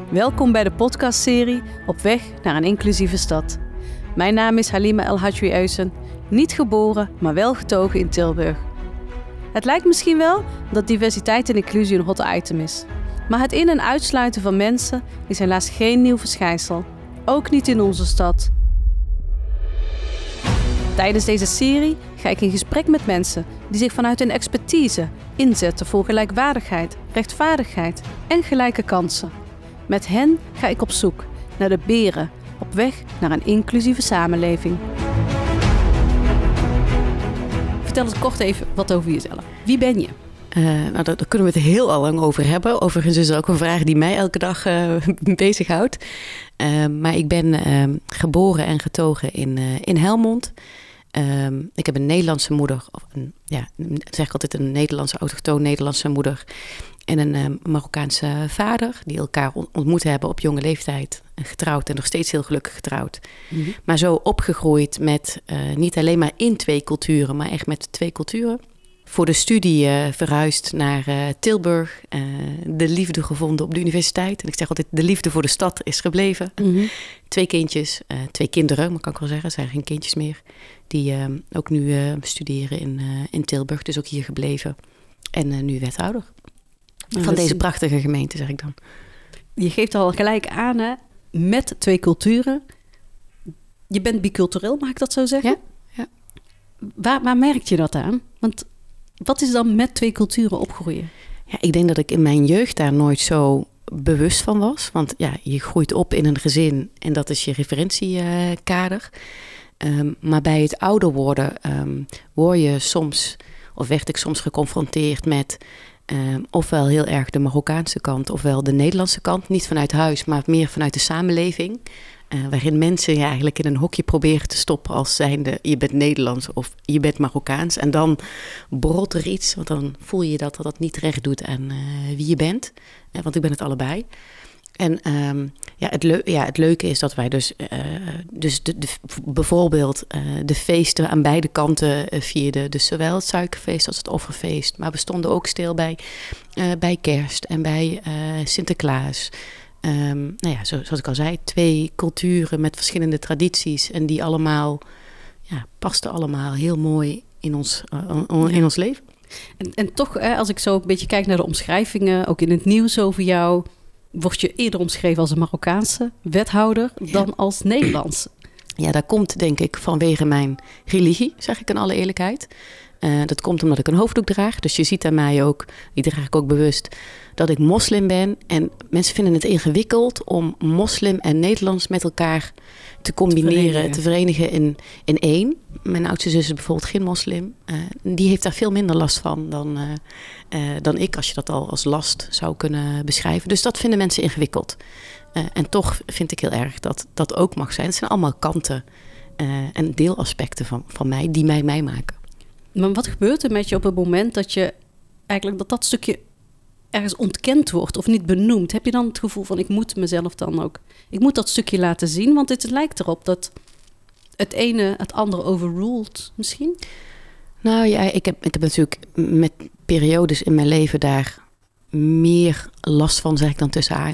Welkom bij de podcastserie Op weg naar een inclusieve stad. Mijn naam is Halima El Hadji Uysen, niet geboren, maar wel getogen in Tilburg. Het lijkt misschien wel dat diversiteit en inclusie een hot item is. Maar het in- en uitsluiten van mensen is helaas geen nieuw verschijnsel. Ook niet in onze stad. Tijdens deze serie ga ik in gesprek met mensen die zich vanuit hun expertise inzetten voor gelijkwaardigheid, rechtvaardigheid en gelijke kansen. Met hen ga ik op zoek naar de beren op weg naar een inclusieve samenleving. Vertel eens kort even wat over jezelf. Wie ben je? Daar kunnen we het heel al lang over hebben. Overigens is er ook een vraag die mij elke dag bezighoudt. Maar ik ben geboren en getogen in Helmond. Ik heb een Nederlandse moeder, zeg ik altijd een Nederlandse autochtoon Nederlandse moeder. En een Marokkaanse vader die elkaar ontmoet hebben op jonge leeftijd. Getrouwd en nog steeds heel gelukkig getrouwd. Mm-hmm. Maar zo opgegroeid met niet alleen maar in twee culturen, maar echt met twee culturen. Voor de studie verhuisd naar Tilburg. De liefde gevonden op de universiteit. En ik zeg altijd, de liefde voor de stad is gebleven. Mm-hmm. 2 kindjes, 2 kinderen, maar kan ik wel zeggen. Het zijn geen kindjes meer. Die ook nu studeren in Tilburg. Dus ook hier gebleven. En nu wethouder. Van deze prachtige gemeente, zeg ik dan. Je geeft al gelijk aan, hè? Met 2 culturen. Je bent bicultureel, mag ik dat zo zeggen? Ja. Waar merk je dat aan? Want wat is dan met 2 culturen opgroeien? Ja, ik denk dat ik in mijn jeugd daar nooit zo bewust van was. Want ja, je groeit op in een gezin en dat is je referentiekader. Maar bij het ouder worden word je soms, of werd ik soms geconfronteerd met ofwel heel erg de Marokkaanse kant, ofwel de Nederlandse kant. Niet vanuit huis, maar meer vanuit de samenleving. Waarin mensen je eigenlijk in een hokje proberen te stoppen als zijnde je bent Nederlands of je bent Marokkaans. En dan borrelt er iets, want dan voel je dat niet recht doet aan wie je bent. Want ik ben het allebei. En het leuke is dat wij bijvoorbeeld de feesten aan beide kanten vierden. Dus zowel het suikerfeest als het offerfeest. Maar we stonden ook stil bij kerst en bij Sinterklaas. Zoals ik al zei, 2 culturen met verschillende tradities. En die allemaal, pasten allemaal heel mooi in ons leven. En toch, als ik zo een beetje kijk naar de omschrijvingen, ook in het nieuws over jou, word je eerder omschreven als een Marokkaanse wethouder dan als Nederlandse. Ja, dat komt denk ik vanwege mijn religie, zeg ik in alle eerlijkheid. Dat komt omdat ik een hoofddoek draag. Dus je ziet aan mij ook, die draag ik ook bewust, dat ik moslim ben. En mensen vinden het ingewikkeld om moslim en Nederlands met elkaar te combineren, te verenigen in één. Mijn oudste zus is bijvoorbeeld geen moslim. Die heeft daar veel minder last van dan ik, als je dat al als last zou kunnen beschrijven. Dus dat vinden mensen ingewikkeld. En toch vind ik heel erg dat dat ook mag zijn. Het zijn allemaal kanten en deelaspecten van mij die mij maken. Maar wat gebeurt er met je op het moment dat je eigenlijk dat stukje ergens ontkend wordt of niet benoemd? Heb je dan het gevoel van ik moet mezelf dan ook, ik moet dat stukje laten zien? Want het lijkt erop dat het ene het andere overruled misschien? Nou ja, ik heb natuurlijk met periodes in mijn leven daar meer last van, zeg ik dan tussen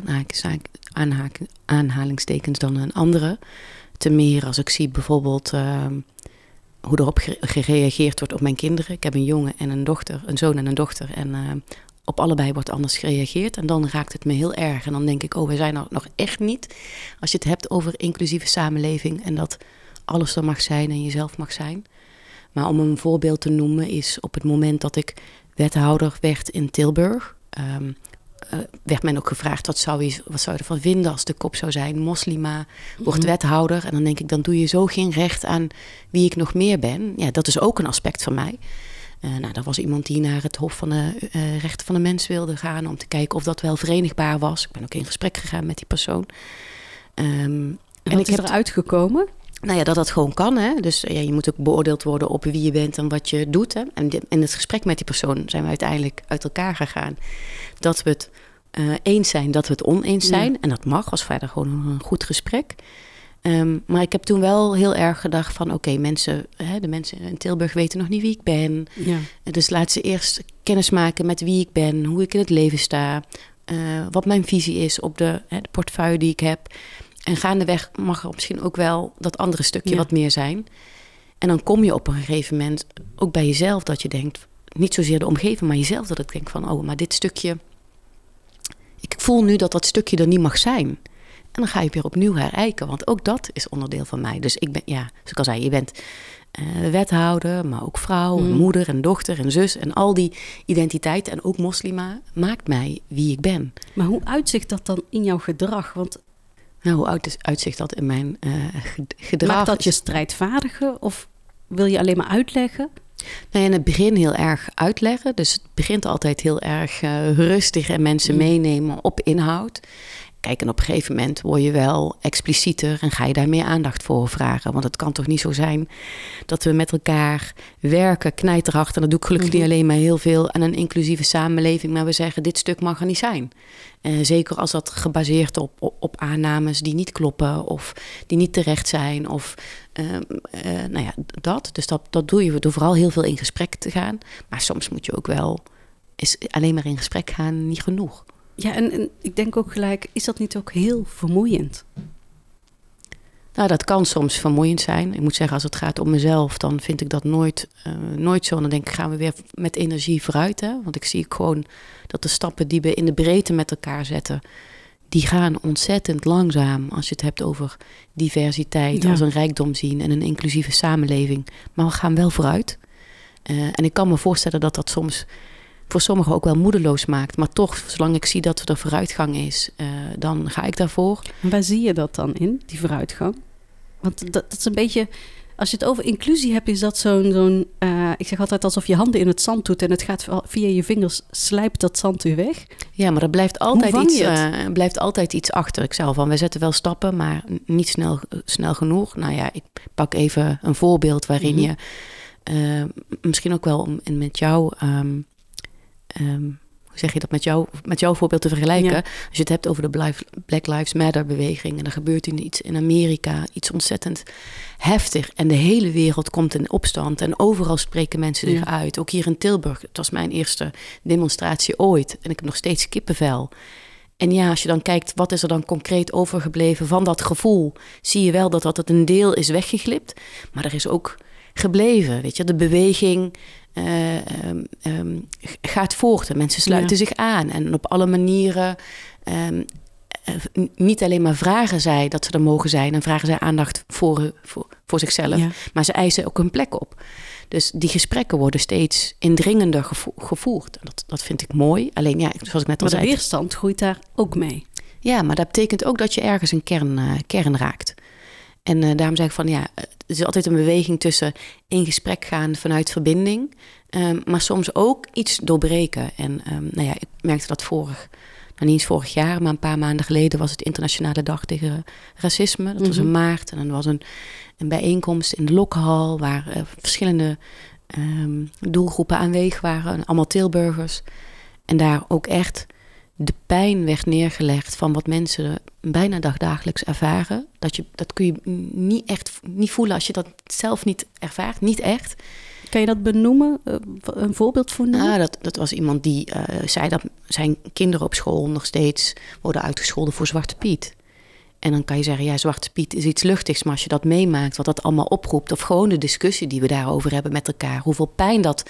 aanhalingstekens dan een andere. Te meer als ik zie bijvoorbeeld hoe erop gereageerd wordt op mijn kinderen. Ik heb een jongen en een dochter, een zoon en een dochter. En op allebei wordt anders gereageerd. En dan raakt het me heel erg. En dan denk ik, we zijn er nog echt niet. Als je het hebt over inclusieve samenleving en dat alles er mag zijn en jezelf mag zijn. Maar om een voorbeeld te noemen is op het moment dat ik wethouder werd in Tilburg, werd men ook gevraagd, wat zou je ervan vinden als de kop zou zijn, moslima, wordt wethouder. En dan denk ik, dan doe je zo geen recht aan wie ik nog meer ben. Ja, dat is ook een aspect van mij. Dat was iemand die naar het Hof van de Rechten van de Mens wilde gaan om te kijken of dat wel verenigbaar was. Ik ben ook in gesprek gegaan met die persoon. En wat is eruit gekomen? Nou ja, dat gewoon kan. Hè? Dus je moet ook beoordeeld worden op wie je bent en wat je doet. Hè? En in het gesprek met die persoon zijn we uiteindelijk uit elkaar gegaan. Dat we het eens zijn, dat we het oneens zijn. Ja. En dat mag, was verder gewoon een goed gesprek. Maar ik heb toen wel heel erg gedacht van de mensen in Tilburg weten nog niet wie ik ben. Ja. Dus laat ze eerst kennis maken met wie ik ben, hoe ik in het leven sta. wat mijn visie is op de portefeuille die ik heb. En gaandeweg mag er misschien ook wel dat andere stukje wat meer zijn. En dan kom je op een gegeven moment ook bij jezelf dat je denkt, niet zozeer de omgeving, maar jezelf, dat ik denk van, oh, maar dit stukje, ik voel nu dat dat stukje er niet mag zijn. En dan ga je weer opnieuw herijken, want ook dat is onderdeel van mij. Dus ik ben, zoals ik al zei, je bent wethouder, maar ook vrouw, en moeder en dochter en zus. En al die identiteiten en ook moslima maakt mij wie ik ben. Maar hoe uitzicht dat dan in jouw gedrag? Want nou, hoe uitzicht dat in mijn gedrag? Maakt dat je strijdvaardiger of wil je alleen maar uitleggen? Nou, in het begin heel erg uitleggen. Dus het begint altijd heel erg rustig en mensen meenemen op inhoud. Kijk, en op een gegeven moment word je wel explicieter en ga je daar meer aandacht voor vragen. Want het kan toch niet zo zijn dat we met elkaar werken, knijterhard. En dat doe ik gelukkig niet alleen maar heel veel aan een inclusieve samenleving. Maar we zeggen, dit stuk mag er niet zijn. Zeker als dat gebaseerd op aannames die niet kloppen of die niet terecht zijn. Of dat. Dus dat doe je door vooral heel veel in gesprek te gaan. Maar soms moet je ook wel, is alleen maar in gesprek gaan niet genoeg. Ja, en ik denk ook gelijk, is dat niet ook heel vermoeiend? Nou, dat kan soms vermoeiend zijn. Ik moet zeggen, als het gaat om mezelf, dan vind ik dat nooit zo. En dan denk ik, gaan we weer met energie vooruit. Hè? Want ik zie gewoon dat de stappen die we in de breedte met elkaar zetten, die gaan ontzettend langzaam als je het hebt over diversiteit, als een rijkdom zien en een inclusieve samenleving. Maar we gaan wel vooruit. En ik kan me voorstellen dat dat soms voor sommigen ook wel moedeloos maakt. Maar toch, zolang ik zie dat er vooruitgang is, dan ga ik daarvoor. En waar zie je dat dan in, die vooruitgang? Want dat is een beetje, als je het over inclusie hebt, is dat zo'n ik zeg altijd alsof je handen in het zand doet en het gaat via je vingers, slijpt dat zand weer weg. Ja, maar er blijft altijd iets achter. Ik zei al van, wij zetten wel stappen, maar niet snel genoeg. Nou ja, ik pak even een voorbeeld waarin je misschien ook wel met jou, hoe zeg je dat, met jouw voorbeeld te vergelijken. Ja. Als je het hebt over de Black Lives Matter beweging en er gebeurt iets in Amerika, iets ontzettend heftig. En de hele wereld komt in opstand en overal spreken mensen zich uit. Ook hier in Tilburg, het was mijn eerste demonstratie ooit. En ik heb nog steeds kippenvel. En ja, als je dan kijkt, wat is er dan concreet overgebleven van dat gevoel, zie je wel dat het een deel is weggeglipt. Maar er is ook gebleven, weet je, de beweging gaat voort en mensen sluiten zich aan. En op alle manieren, niet alleen maar vragen zij dat ze er mogen zijn en vragen zij aandacht voor zichzelf, maar ze eisen ook een plek op. Dus die gesprekken worden steeds indringender gevoerd. Dat vind ik mooi. Alleen ja, zoals ik net al zei. Maar de weerstand groeit daar ook mee. Ja, maar dat betekent ook dat je ergens een kern raakt. En daarom zeg ik van ja, er is altijd een beweging tussen in gesprek gaan vanuit verbinding, maar soms ook iets doorbreken. En ik merkte dat niet eens vorig jaar, maar een paar maanden geleden was het Internationale Dag tegen Racisme. Dat was in maart en dan was een bijeenkomst in de Lokkenhal waar verschillende doelgroepen aanwezig waren, allemaal Tilburgers. En daar ook echt de pijn werd neergelegd van wat mensen bijna dagdagelijks ervaren. Dat kun je niet voelen als je dat zelf niet ervaart, niet echt. Kan je dat benoemen? Een voorbeeld voor noemen? Dat was iemand die zei dat zijn kinderen op school nog steeds worden uitgescholden voor Zwarte Piet. En dan kan je zeggen, ja, Zwarte Piet is iets luchtigs, maar als je dat meemaakt, wat dat allemaal oproept, of gewoon de discussie die we daarover hebben met elkaar, hoeveel pijn dat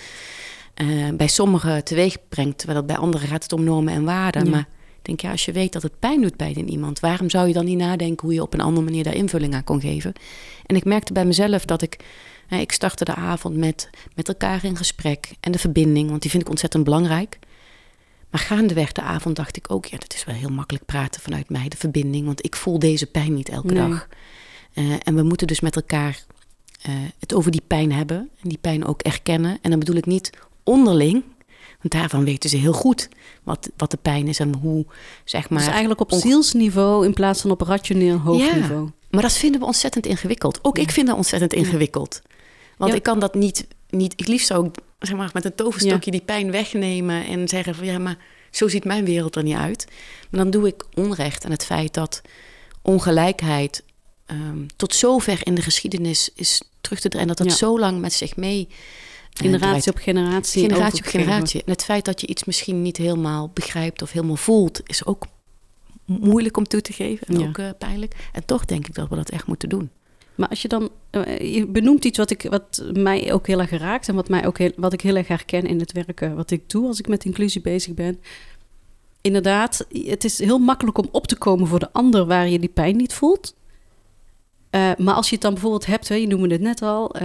bij sommigen teweeg brengt, terwijl dat bij anderen gaat het om normen en waarden. Ja. Maar ik denk, ja, als je weet dat het pijn doet bij iemand, waarom zou je dan niet nadenken hoe je op een andere manier daar invulling aan kon geven? En ik merkte bij mezelf dat ik startte de avond met elkaar in gesprek en de verbinding, want die vind ik ontzettend belangrijk. Maar gaandeweg de avond dacht ik ook, ja, dat is wel heel makkelijk praten vanuit mij, de verbinding, want ik voel deze pijn niet elke dag. En we moeten dus met elkaar het over die pijn hebben en die pijn ook erkennen. En dan bedoel ik niet onderling, want daarvan weten ze heel goed wat de pijn is en hoe, zeg maar. Dus eigenlijk op zielsniveau in plaats van op rationeel hoofdniveau. Maar dat vinden we ontzettend ingewikkeld. Ook ik vind dat ontzettend ingewikkeld. Want ik kan dat niet. Ik liefst zou, zeg maar, met een toverstokje die pijn wegnemen en zeggen van ja, maar zo ziet mijn wereld er niet uit. Maar dan doe ik onrecht aan het feit dat ongelijkheid tot zover in de geschiedenis is terug te draaien. Dat zo lang met zich mee Generatie op generatie. Generatie op generatie. En het feit dat je iets misschien niet helemaal begrijpt of helemaal voelt, is ook moeilijk om toe te geven en ook pijnlijk. En toch denk ik dat we dat echt moeten doen. Maar als je dan, je benoemt iets wat mij ook heel erg raakt en wat ik heel erg herken in het werken wat ik doe als ik met inclusie bezig ben. Inderdaad, het is heel makkelijk om op te komen voor de ander waar je die pijn niet voelt. Maar als je het dan bijvoorbeeld hebt, je noemde het net al,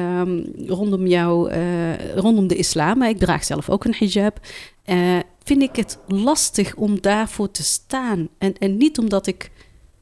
rondom de islam. Ik draag zelf ook een hijab. Vind ik het lastig om daarvoor te staan. En niet omdat ik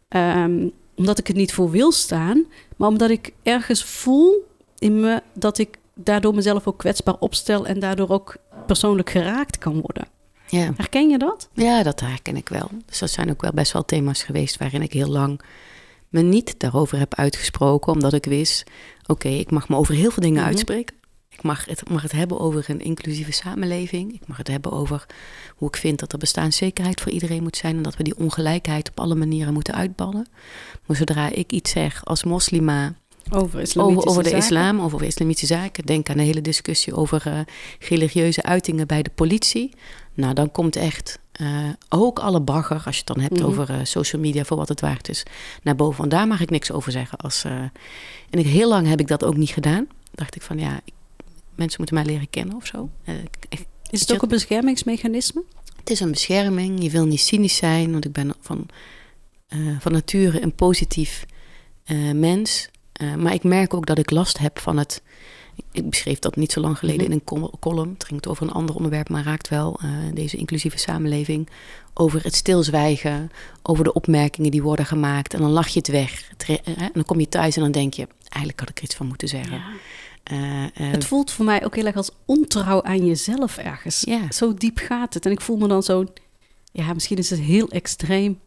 het niet voor wil staan, maar omdat ik ergens voel in me dat ik daardoor mezelf ook kwetsbaar opstel en daardoor ook persoonlijk geraakt kan worden. Ja. Herken je dat? Ja, dat herken ik wel. Dus dat zijn ook wel best wel thema's geweest waarin ik heel lang me niet daarover heb uitgesproken, omdat ik wist, oké, ik mag me over heel veel dingen uitspreken. Ik mag het hebben over een inclusieve samenleving. Ik mag het hebben over hoe ik vind dat er bestaanszekerheid voor iedereen moet zijn en dat we die ongelijkheid op alle manieren moeten uitbannen. Maar zodra ik iets zeg als moslima over de islam, over islamitische zaken, denk aan de hele discussie over religieuze uitingen bij de politie. Nou, dan komt echt ook alle bagger, als je het dan hebt over social media voor wat het waard is, naar boven. Want daar mag ik niks over zeggen. En heel lang heb ik dat ook niet gedaan. Dacht ik van mensen moeten mij leren kennen of zo. Is het ook een beschermingsmechanisme? Het is een bescherming. Je wil niet cynisch zijn, want ik ben van nature een positief mens. Maar ik merk ook dat ik last heb van het. Ik beschreef dat niet zo lang geleden in een column. Het ging over een ander onderwerp, maar raakt wel deze inclusieve samenleving. Over het stilzwijgen, over de opmerkingen die worden gemaakt. En dan lach je het weg. En dan kom je thuis en dan denk je, eigenlijk had ik er iets van moeten zeggen. Ja. Het voelt voor mij ook heel erg als ontrouw aan jezelf ergens. Ja. Zo diep gaat het. En ik voel me dan zo, misschien is het heel extreem,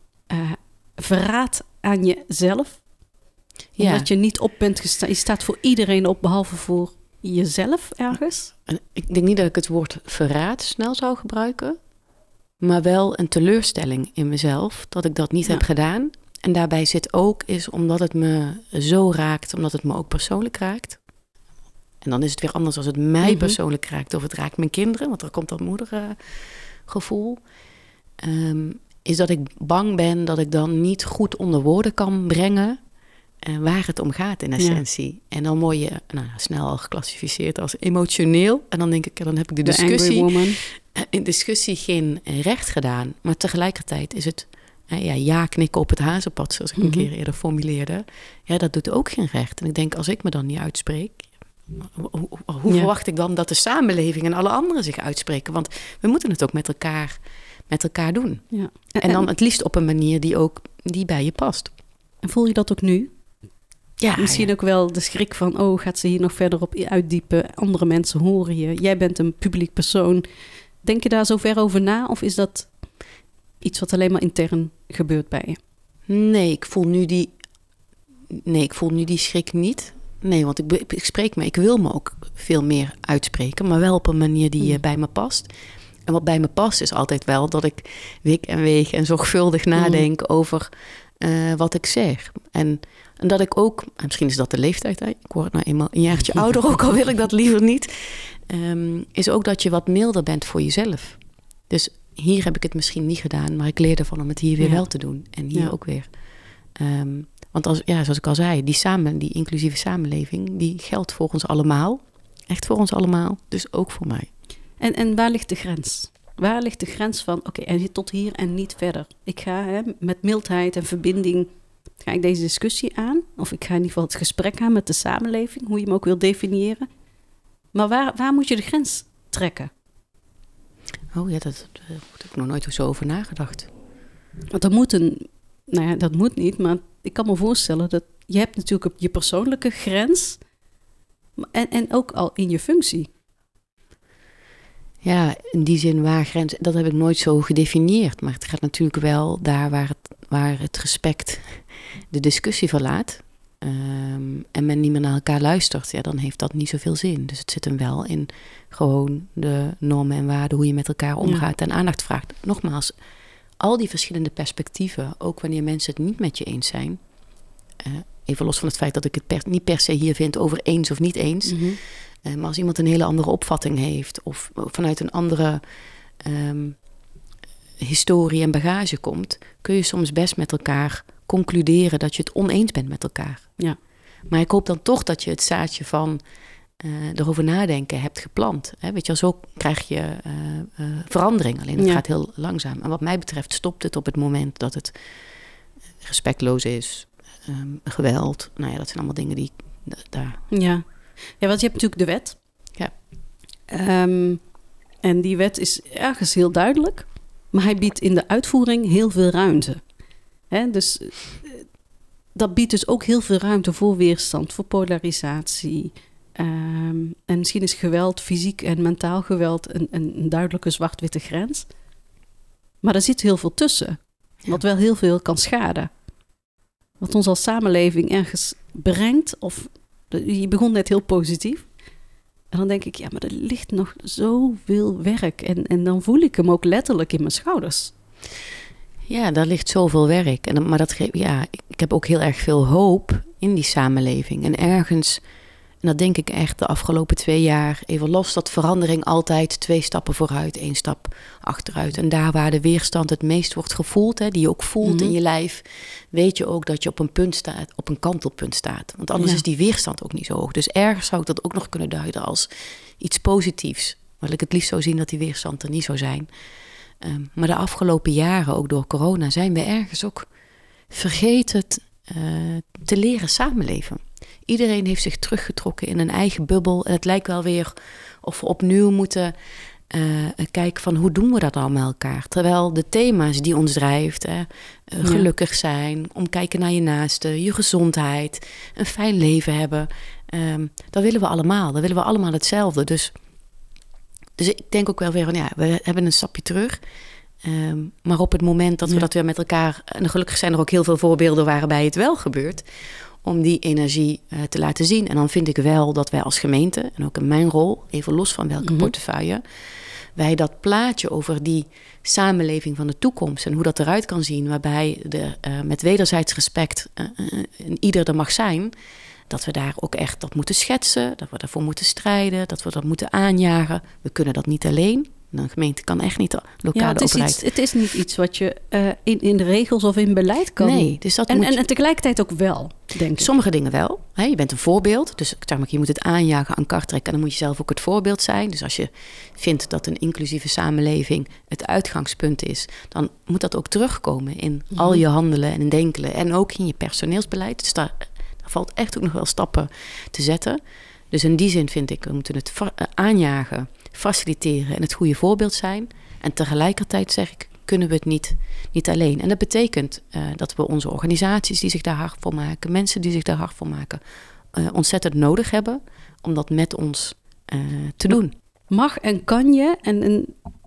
verraad aan jezelf. Omdat je niet op bent gestaan. Je staat voor iedereen op, behalve voor jezelf ergens. En ik denk niet dat ik het woord verraad snel zou gebruiken. Maar wel een teleurstelling in mezelf dat ik dat niet heb gedaan. En daarbij zit ook, is omdat het me zo raakt, omdat het me ook persoonlijk raakt. En dan is het weer anders als het mij persoonlijk raakt of het raakt mijn kinderen. Want er komt dat moedergevoel. Is dat ik bang ben dat ik dan niet goed onder woorden kan brengen waar het om gaat in essentie. Ja. En dan word je snel al geclassificeerd als emotioneel. En dan denk ik, dan heb ik de discussie geen recht gedaan. Maar tegelijkertijd is het knikken op het hazenpad, zoals ik een keer eerder formuleerde. Ja, dat doet ook geen recht. En ik denk, als ik me dan niet uitspreek, hoe verwacht ik dan dat de samenleving en alle anderen zich uitspreken? Want we moeten het ook met elkaar doen. Ja. En dan het liefst op een manier die bij je past. En voel je dat ook nu? Ja, misschien ook wel de schrik van, gaat ze hier nog verder op uitdiepen? Andere mensen horen je. Jij bent een publiek persoon. Denk je daar zo ver over na? Of is dat iets wat alleen maar intern gebeurt bij je? Nee, ik voel nu die schrik niet. Nee, want ik spreek me. Ik wil me ook veel meer uitspreken, maar wel op een manier die bij me past. En wat bij me past is altijd wel dat ik wik en weeg en zorgvuldig nadenk over wat ik zeg. En dat ik ook, misschien is dat de leeftijd, hè? Ik word nou eenmaal een jaartje ouder, ook al wil ik dat liever niet, is ook dat je wat milder bent voor jezelf. Dus hier heb ik het misschien niet gedaan, maar ik leer ervan om het hier weer wel te doen. En hier ook weer. Want zoals ik al zei, die inclusieve samenleving, die geldt voor ons allemaal. Echt voor ons allemaal, dus ook voor mij. En waar ligt de grens? Waar ligt de grens van, en tot hier en niet verder? Ik ga met mildheid en verbinding, ga ik deze discussie aan. Of ik ga in ieder geval het gesprek aan met de samenleving, hoe je hem ook wil definiëren. Maar waar moet je de grens trekken? Oh ja, daar heb ik nog nooit zo over nagedacht. Want dat moet niet, maar ik kan me voorstellen dat je hebt natuurlijk je persoonlijke grens en ook al in je functie. Ja, in die zin waar grens, dat heb ik nooit zo gedefinieerd. Maar het gaat natuurlijk wel daar waar het respect de discussie verlaat. En men niet meer naar elkaar luistert, dan heeft dat niet zoveel zin. Dus het zit hem wel in gewoon de normen en waarden, hoe je met elkaar omgaat en aandacht vraagt. Nogmaals, al die verschillende perspectieven, ook wanneer mensen het niet met je eens zijn, Even los van het feit dat ik het niet per se hier vind over eens of niet eens. Mm-hmm. Maar als iemand een hele andere opvatting heeft of vanuit een andere historie en bagage komt, kun je soms best met elkaar concluderen dat je het oneens bent met elkaar. Ja. Maar ik hoop dan toch dat je het zaadje van erover nadenken hebt geplant. Hè? Weet je, zo krijg je verandering. Alleen het gaat heel langzaam. En wat mij betreft stopt het op het moment dat het respectloos is, geweld. Nou ja, dat zijn allemaal dingen die daar... Ja, want je hebt natuurlijk de wet. Ja. En die wet is ergens heel duidelijk, maar hij biedt in de uitvoering heel veel ruimte. Hè? Dus dat biedt dus ook heel veel ruimte voor weerstand, voor polarisatie. En misschien is geweld, fysiek en mentaal geweld, een duidelijke zwart-witte grens. Maar er zit heel veel tussen, wat wel heel veel kan schaden. Wat ons als samenleving ergens brengt, of je begon net heel positief. En dan denk ik, ja, maar er ligt nog zoveel werk. En dan voel ik hem ook letterlijk in mijn schouders. Ja, daar ligt zoveel werk. Maar dat geeft, ik heb ook heel erg veel hoop in die samenleving. En ergens, en dat denk ik echt de afgelopen 2 jaar, even los dat verandering altijd 2 stappen vooruit, 1 stap achteruit. En daar waar de weerstand het meest wordt gevoeld, hè, die je ook voelt in je lijf, weet je ook dat je op een punt staat, op een kantelpunt staat. Want anders is die weerstand ook niet zo hoog. Dus ergens zou ik dat ook nog kunnen duiden als iets positiefs. Wil ik het liefst zo zien dat die weerstand er niet zou zijn. Maar de afgelopen jaren, ook door corona, zijn we ergens ook vergeten te leren samenleven. Iedereen heeft zich teruggetrokken in een eigen bubbel. En het lijkt wel weer of we opnieuw moeten kijken van hoe doen we dat dan met elkaar. Terwijl de thema's die ons drijft, gelukkig zijn, omkijken naar je naaste, je gezondheid, een fijn leven hebben. Dat willen we allemaal. Dat willen we allemaal hetzelfde. Dus ik denk ook wel weer van we hebben een stapje terug. Maar op het moment dat we dat weer met elkaar... En gelukkig zijn er ook heel veel voorbeelden waarbij het wel gebeurt, om die energie te laten zien. En dan vind ik wel dat wij als gemeente, en ook in mijn rol, even los van welke portefeuille, wij dat plaatje over die samenleving van de toekomst en hoe dat eruit kan zien, waarbij met wederzijds respect ieder er mag zijn, dat we daar ook echt dat moeten schetsen, dat we daarvoor moeten strijden, dat we dat moeten aanjagen. We kunnen dat niet alleen. Een gemeente kan echt niet lokale overheid. Het is niet iets wat je in de regels of in beleid kan. Nee, dus dat en tegelijkertijd ook wel, denk ik. Sommige dingen wel. Hè? Je bent een voorbeeld. Dus ik zeg maar, je moet het aanjagen, aan kar trekken. En dan moet je zelf ook het voorbeeld zijn. Dus als je vindt dat een inclusieve samenleving het uitgangspunt is, dan moet dat ook terugkomen in al je handelen en denken. En ook in je personeelsbeleid. Dus daar valt echt ook nog wel stappen te zetten. Dus in die zin vind ik, we moeten het aanjagen, faciliteren en het goede voorbeeld zijn. En tegelijkertijd zeg ik, kunnen we het niet alleen. En dat betekent dat we onze organisaties die zich daar hard voor maken, mensen die zich daar hard voor maken, ontzettend nodig hebben om dat met ons te doen. Mag en kan je en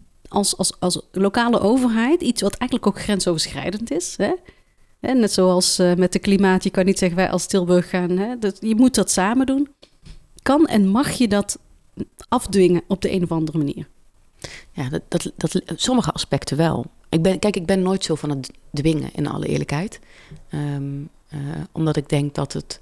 als lokale overheid iets wat eigenlijk ook grensoverschrijdend is, hè? En net zoals met de klimaat, je kan niet zeggen wij als Tilburg gaan, hè? Je moet dat samen doen. Kan en mag je dat afdwingen op de een of andere manier? Ja, dat sommige aspecten wel. Ik ben nooit zo van het dwingen, in alle eerlijkheid. Omdat ik denk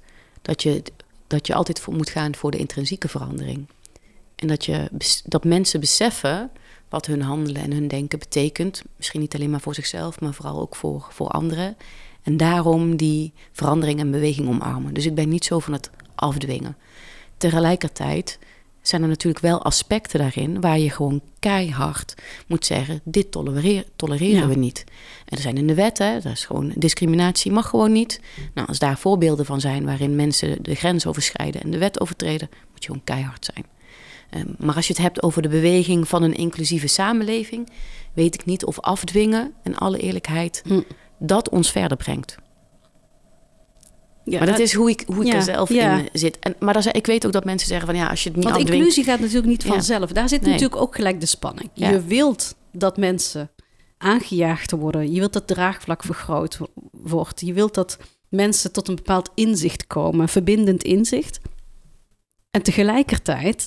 dat je altijd moet gaan voor de intrinsieke verandering. En dat mensen beseffen wat hun handelen en hun denken betekent. Misschien niet alleen maar voor zichzelf, maar vooral ook voor anderen. En daarom die verandering en beweging omarmen. Dus ik ben niet zo van het afdwingen. Tegelijkertijd zijn er natuurlijk wel aspecten daarin waar je gewoon keihard moet zeggen, dit tolereren we niet. En er zijn in de wet, dat is gewoon, discriminatie mag gewoon niet. Nou, als daar voorbeelden van zijn waarin mensen de grens overschrijden en de wet overtreden, moet je gewoon keihard zijn. Maar als je het hebt over de beweging van een inclusieve samenleving, weet ik niet of afdwingen, in alle eerlijkheid, dat ons verder brengt. Ja, maar dat is hoe ik er zelf in zit. Maar ik weet ook dat mensen zeggen van als je het niet afdwingt. Want inclusie gaat natuurlijk niet vanzelf. Daar zit natuurlijk ook gelijk de spanning. Ja. Je wilt dat mensen aangejaagd worden. Je wilt dat draagvlak vergroot wordt. Je wilt dat mensen tot een bepaald inzicht komen. Verbindend inzicht. En tegelijkertijd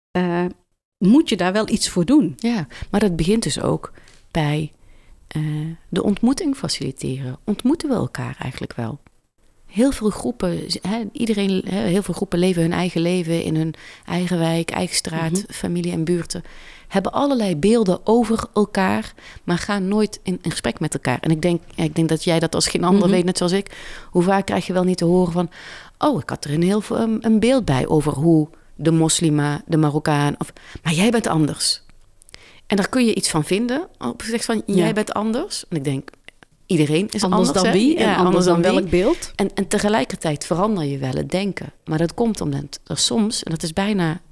moet je daar wel iets voor doen. Ja, maar dat begint dus ook bij de ontmoeting faciliteren. Ontmoeten we elkaar eigenlijk wel? heel veel groepen, heel veel groepen leven hun eigen leven in hun eigen wijk, eigen straat, familie en buurten. Hebben allerlei beelden over elkaar, maar gaan nooit in gesprek met elkaar. En ik denk dat jij dat als geen ander weet, net zoals ik. Hoe vaak krijg je wel niet te horen van, ik had er een beeld bij over hoe de moslima, de Marokkaan, maar jij bent anders. En daar kun je iets van vinden, op gezegd van, jij bent anders. En ik denk, iedereen is anders dan wie en anders dan welk beeld. En tegelijkertijd verander je wel het denken. Maar dat komt omdat er soms, en dat is bijna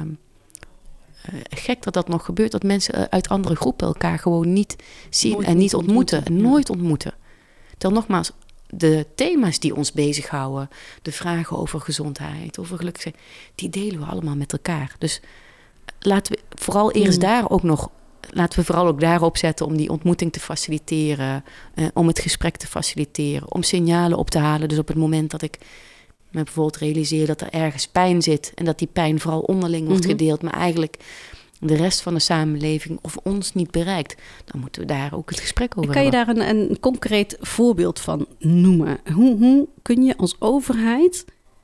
gek dat dat nog gebeurt, dat mensen uit andere groepen elkaar gewoon niet zien nooit en niet ontmoeten. En nooit ontmoeten. Terwijl nogmaals, de thema's die ons bezighouden, de vragen over gezondheid, over geluk, die delen we allemaal met elkaar. Dus laten we vooral eerst laten we vooral ook daarop zetten om die ontmoeting te faciliteren, om het gesprek te faciliteren, om signalen op te halen. Dus op het moment dat ik me bijvoorbeeld realiseer dat er ergens pijn zit en dat die pijn vooral onderling wordt gedeeld, maar eigenlijk de rest van de samenleving of ons niet bereikt, dan moeten we daar ook het gesprek over hebben. Kan je daar een concreet voorbeeld van noemen? Hoe kun je als overheid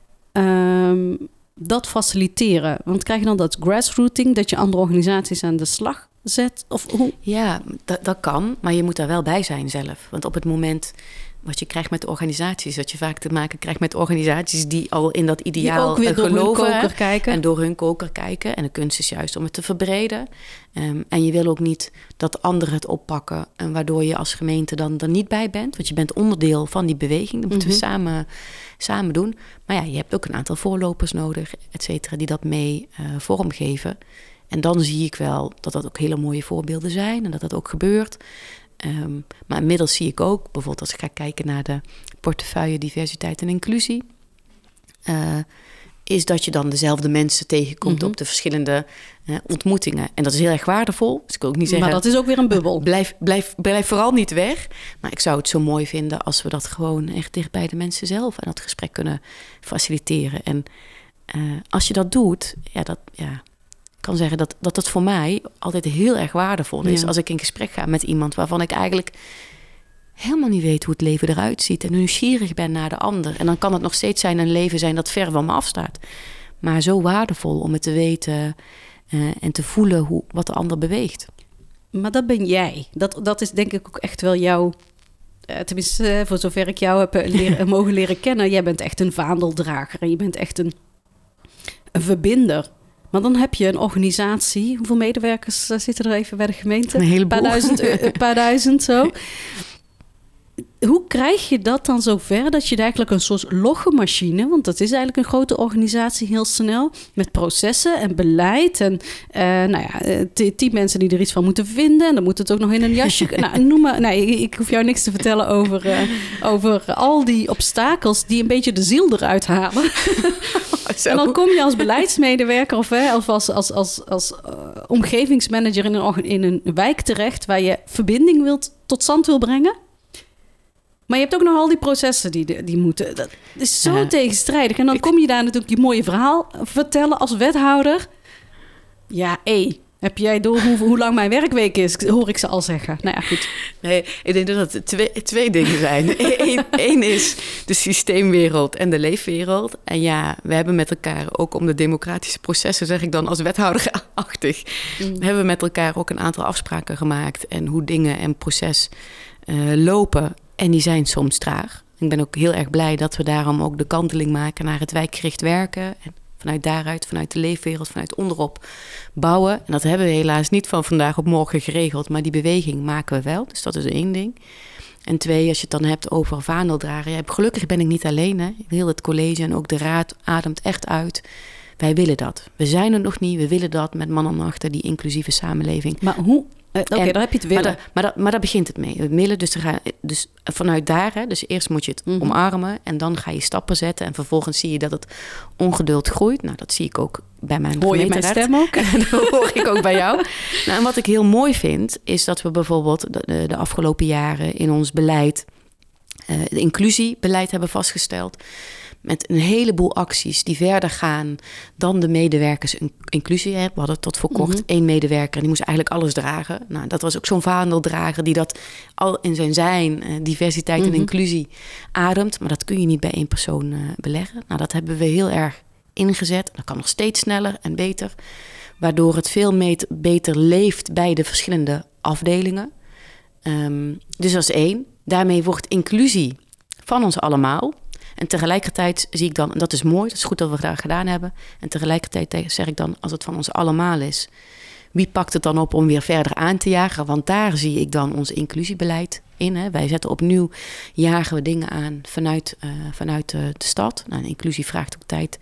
dat faciliteren? Want krijg je dan dat grassrooting, dat je andere organisaties aan de slag zet? Of hoe? Ja, dat kan, maar je moet daar wel bij zijn zelf. Want op het moment wat je krijgt met de organisaties, dat je vaak te maken krijgt met organisaties die al in dat ideaal ook weer geloven. Door hun koker kijken. En door hun koker kijken. En de kunst is juist om het te verbreden. En je wil ook niet dat anderen het oppakken, en waardoor je als gemeente dan niet bij bent. Want je bent onderdeel van die beweging. Dat moeten we samen doen. Maar ja, je hebt ook een aantal voorlopers nodig, et cetera, die dat mee vormgeven. En dan zie ik wel dat dat ook hele mooie voorbeelden zijn en dat dat ook gebeurt. Maar inmiddels zie ik ook, bijvoorbeeld als ik ga kijken naar de portefeuille diversiteit en inclusie, is dat je dan dezelfde mensen tegenkomt op de verschillende ontmoetingen. En dat is heel erg waardevol. Dus ik wil ook niet zeggen, maar dat is ook weer een bubbel. Blijf vooral niet weg. Maar ik zou het zo mooi vinden als we dat gewoon echt dicht bij de mensen zelf en dat gesprek kunnen faciliteren. En als je dat doet, kan zeggen dat het voor mij altijd heel erg waardevol is als ik in gesprek ga met iemand waarvan ik eigenlijk helemaal niet weet hoe het leven eruit ziet en nieuwsgierig ben naar de ander. En dan kan het nog steeds een leven zijn dat ver van me afstaat. Maar zo waardevol om het te weten en te voelen wat de ander beweegt. Maar dat ben jij. Dat is denk ik ook echt wel jouw, tenminste voor zover ik jou heb mogen leren kennen. Jij bent echt een vaandeldrager en je bent echt een verbinder. Maar dan heb je een organisatie. Hoeveel medewerkers zitten er even bij de gemeente? Een heleboel. Een paar duizend zo. Hoe krijg je dat dan zover dat je eigenlijk een soort loggenmachine, want dat is eigenlijk een grote organisatie heel snel, met processen en beleid en 10 mensen die er iets van moeten vinden en dan moet het ook nog in een jasje. Noem maar. Nee, ik hoef jou niks te vertellen over al die obstakels die een beetje de ziel eruit halen. En dan kom je als beleidsmedewerker of als omgevingsmanager in een wijk terecht waar je verbinding tot stand wil brengen. Maar je hebt ook nog al die processen die moeten. Dat is zo tegenstrijdig. En dan kom je daar natuurlijk je mooie verhaal vertellen als wethouder. Ja, heb jij door hoe lang mijn werkweek is? Hoor ik ze al zeggen. Nou ja, goed. Nee, ik denk dat het twee dingen zijn. Eén is de systeemwereld en de leefwereld. En ja, we hebben met elkaar ook om de democratische processen, zeg ik dan als wethouderachtig, hebben we met elkaar ook een aantal afspraken gemaakt. En hoe dingen en proces lopen. En die zijn soms traag. Ik ben ook heel erg blij dat we daarom ook de kanteling maken naar het wijkgericht werken. En vanuit de leefwereld, vanuit onderop bouwen. En dat hebben we helaas niet van vandaag op morgen geregeld. Maar die beweging maken we wel. Dus dat is 1 ding. En 2, als je het dan hebt over vaandeldragen. Ja, gelukkig ben ik niet alleen. Hè. Heel het college en ook de raad ademt echt uit. Wij willen dat. We zijn er nog niet. We willen dat met mannen achter die inclusieve samenleving. Maar hoe? Oké, daar heb je het willen. Maar daar begint het mee. Het willen, dus vanuit daar, dus eerst moet je het omarmen en dan ga je stappen zetten en vervolgens zie je dat het ongeduld groeit. Nou, dat zie ik ook bij mijn gemeenteraad. Hoor je mijn stem ook? Dat hoor ik ook bij jou. Nou, en wat ik heel mooi vind, is dat we bijvoorbeeld de afgelopen jaren in ons beleid, de inclusiebeleid hebben vastgesteld. met een heleboel acties die verder gaan dan de medewerkersinclusie. We hadden tot voor kort 1 medewerker en die moest eigenlijk alles dragen. Nou, dat was ook zo'n vaandeldrager die dat al in zijn diversiteit en inclusie ademt. Maar dat kun je niet bij 1 persoon beleggen. Nou, dat hebben we heel erg ingezet. Dat kan nog steeds sneller en beter. Waardoor het veel beter leeft bij de verschillende afdelingen. Dus dat is 1. Daarmee wordt inclusie van ons allemaal. En tegelijkertijd zie ik dan, en dat is mooi, dat is goed dat we dat gedaan hebben. En tegelijkertijd zeg ik dan, als het van ons allemaal is, wie pakt het dan op om weer verder aan te jagen? Want daar zie ik dan ons inclusiebeleid in. Hè. Wij zetten opnieuw, jagen we dingen aan vanuit de stad. Nou, inclusie vraagt ook tijd,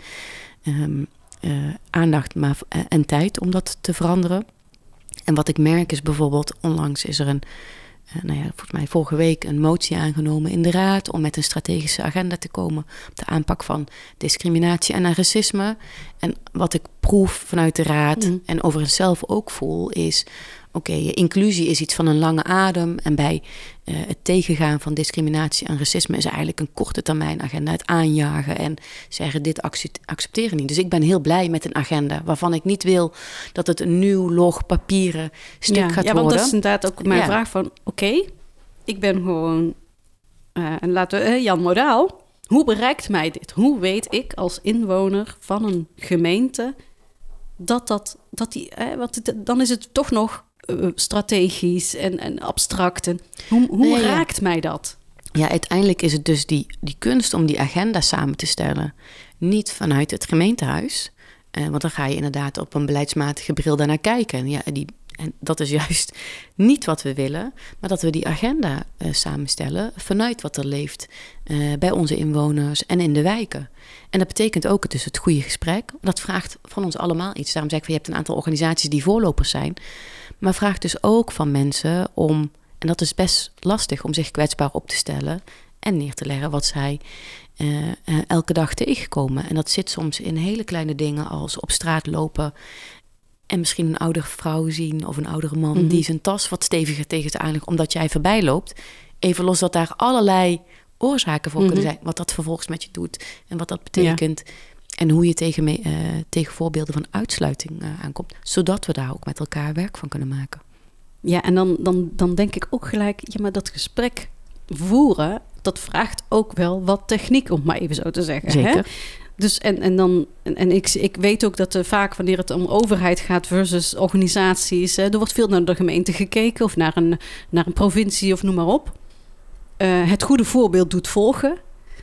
aandacht en tijd om dat te veranderen. En wat ik merk is bijvoorbeeld, onlangs is er volgens mij vorige week een motie aangenomen in de Raad om met een strategische agenda te komen op de aanpak van discriminatie en racisme. En wat ik proef vanuit de Raad en overigens zelf ook voel is, inclusie is iets van een lange adem en bij het tegengaan van discriminatie en racisme is eigenlijk een korte termijn agenda, het aanjagen en zeggen dit accepteren niet. Dus ik ben heel blij met een agenda waarvan ik niet wil dat het een nieuw log papieren stuk gaat worden. Ja, want dat is inderdaad ook mijn vraag van ik ben gewoon en laten we Jan Modaal. Hoe bereikt mij dit? Hoe weet ik als inwoner van een gemeente dat dan is het toch nog strategisch en abstract. En hoe raakt mij dat? Ja, uiteindelijk is het dus die kunst om die agenda samen te stellen. Niet vanuit het gemeentehuis. Want dan ga je inderdaad op een beleidsmatige bril daarnaar kijken. En dat is juist niet wat we willen. Maar dat we die agenda samenstellen vanuit wat er leeft bij onze inwoners en in de wijken. En dat betekent ook dus het goede gesprek. Dat vraagt van ons allemaal iets. Daarom zeg ik, je hebt een aantal organisaties die voorlopers zijn. Maar vraagt dus ook van mensen om, en dat is best lastig, om zich kwetsbaar op te stellen en neer te leggen wat zij elke dag tegenkomen. En dat zit soms in hele kleine dingen als op straat lopen en misschien een oudere vrouw zien of een oudere man die zijn tas wat steviger tegen ze aanlegt omdat jij voorbij loopt. Even los dat daar allerlei oorzaken voor kunnen zijn. Wat dat vervolgens met je doet en wat dat betekent. Ja. En hoe je tegen voorbeelden van uitsluiting aankomt. Zodat we daar ook met elkaar werk van kunnen maken. Ja, en dan denk ik ook gelijk, maar dat gesprek voeren, dat vraagt ook wel wat techniek, om maar even zo te zeggen. Zeker. Hè? Dus ik weet ook dat vaak wanneer het om overheid gaat versus organisaties, er wordt veel naar de gemeente gekeken of naar een provincie of noem maar op. Het goede voorbeeld doet volgen.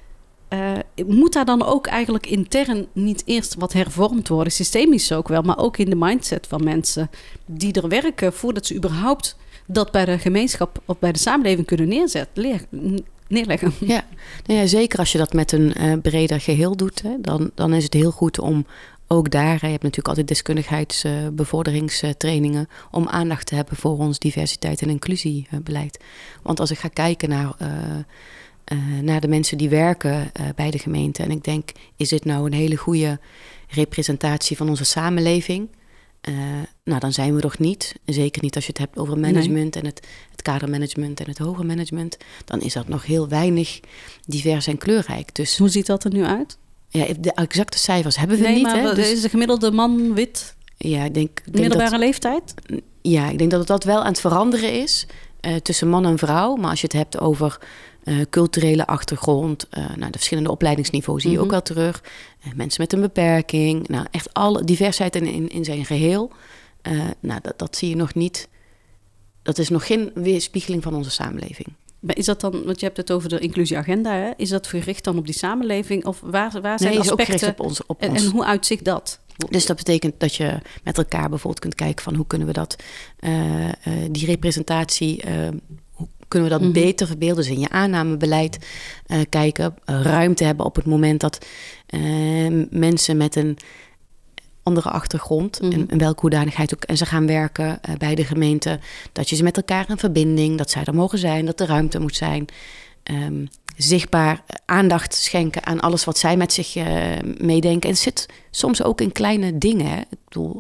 Moet daar dan ook eigenlijk intern niet eerst wat hervormd worden, systemisch ook wel, maar ook in de mindset van mensen die er werken voordat ze überhaupt dat bij de gemeenschap of bij de samenleving kunnen neerleggen? Ja, zeker als je dat met een breder geheel doet, hè, dan is het heel goed om ook daar, je hebt natuurlijk altijd deskundigheidsbevorderingstrainingen, om aandacht te hebben voor ons diversiteit- en inclusiebeleid. Want als ik ga kijken naar de mensen die werken bij de gemeente, en ik denk, is dit nou een hele goede representatie van onze samenleving? Dan zijn we nog niet. Zeker niet als je het hebt over management en het kadermanagement en het hoger management. Dan is dat nog heel weinig divers en kleurrijk. Dus, hoe ziet dat er nu uit? Ja, de exacte cijfers hebben we niet. Maar dus, is de gemiddelde man wit? Ja, ik denk middelbare leeftijd? Ja, ik denk dat dat wel aan het veranderen is tussen man en vrouw. Maar als je het hebt over culturele achtergrond, de verschillende opleidingsniveaus zie je ook wel terug. Mensen met een beperking, echt alle diversiteit in zijn geheel. Dat zie je nog niet. Dat is nog geen weerspiegeling van onze samenleving. Maar is dat dan, want je hebt het over de inclusieagenda, hè? Is dat gericht dan op die samenleving? Of waar zijn de aspecten? Ook gericht op ons. En hoe uitziet dat? Dus dat betekent dat je met elkaar bijvoorbeeld kunt kijken van hoe kunnen we dat, die representatie, hoe kunnen we dat beter verbeelden? Dus in je aannamebeleid kijken, ruimte hebben op het moment dat mensen met een andere achtergrond en welke hoedanigheid ook, en ze gaan werken bij de gemeente, dat je ze met elkaar in verbinding, dat zij er mogen zijn, dat er ruimte moet zijn, zichtbaar aandacht schenken aan alles wat zij met zich meedenken. En het zit soms ook in kleine dingen. Hè? Ik bedoel,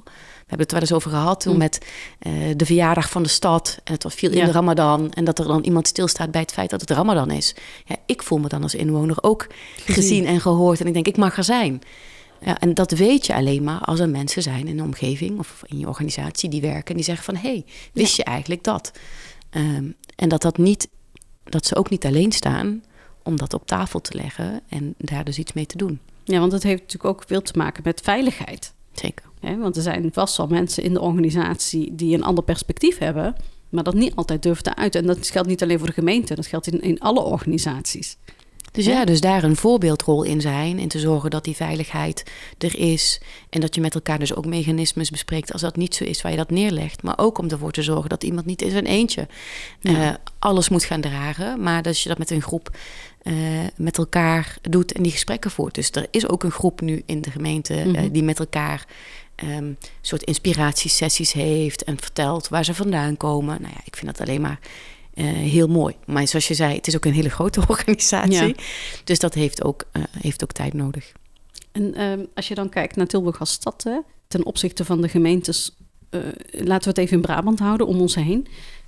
hebben het er wel eens over gehad toen met de verjaardag van de stad. En het viel in de Ramadan. En dat er dan iemand stilstaat bij het feit dat het Ramadan is. Ja, ik voel me dan als inwoner ook gezien en gehoord. En ik denk, ik mag er zijn. Ja, en dat weet je alleen maar als er mensen zijn in de omgeving of in je organisatie die werken en die zeggen van, hey, wist je eigenlijk dat? En dat ze ook niet alleen staan om dat op tafel te leggen en daar dus iets mee te doen. Ja, want het heeft natuurlijk ook veel te maken met veiligheid. Zeker. Want er zijn vast wel mensen in de organisatie die een ander perspectief hebben, maar dat niet altijd durven te uiten. En dat geldt niet alleen voor de gemeente, dat geldt in alle organisaties. Dus dus daar een voorbeeldrol in zijn en te zorgen dat die veiligheid er is. En dat je met elkaar dus ook mechanismes bespreekt als dat niet zo is waar je dat neerlegt. Maar ook om ervoor te zorgen dat iemand niet in zijn eentje alles moet gaan dragen. Maar dat je dat met een groep met elkaar doet en die gesprekken voert. Dus er is ook een groep nu in de gemeente die met elkaar soort inspiratiesessies heeft en vertelt waar ze vandaan komen. Nou ja, ik vind dat alleen maar heel mooi. Maar zoals je zei, het is ook een hele grote organisatie. Ja. Dus dat heeft ook tijd nodig. En als je dan kijkt naar Tilburg als stad, ten opzichte van de gemeentes, laten we het even in Brabant houden, om ons heen.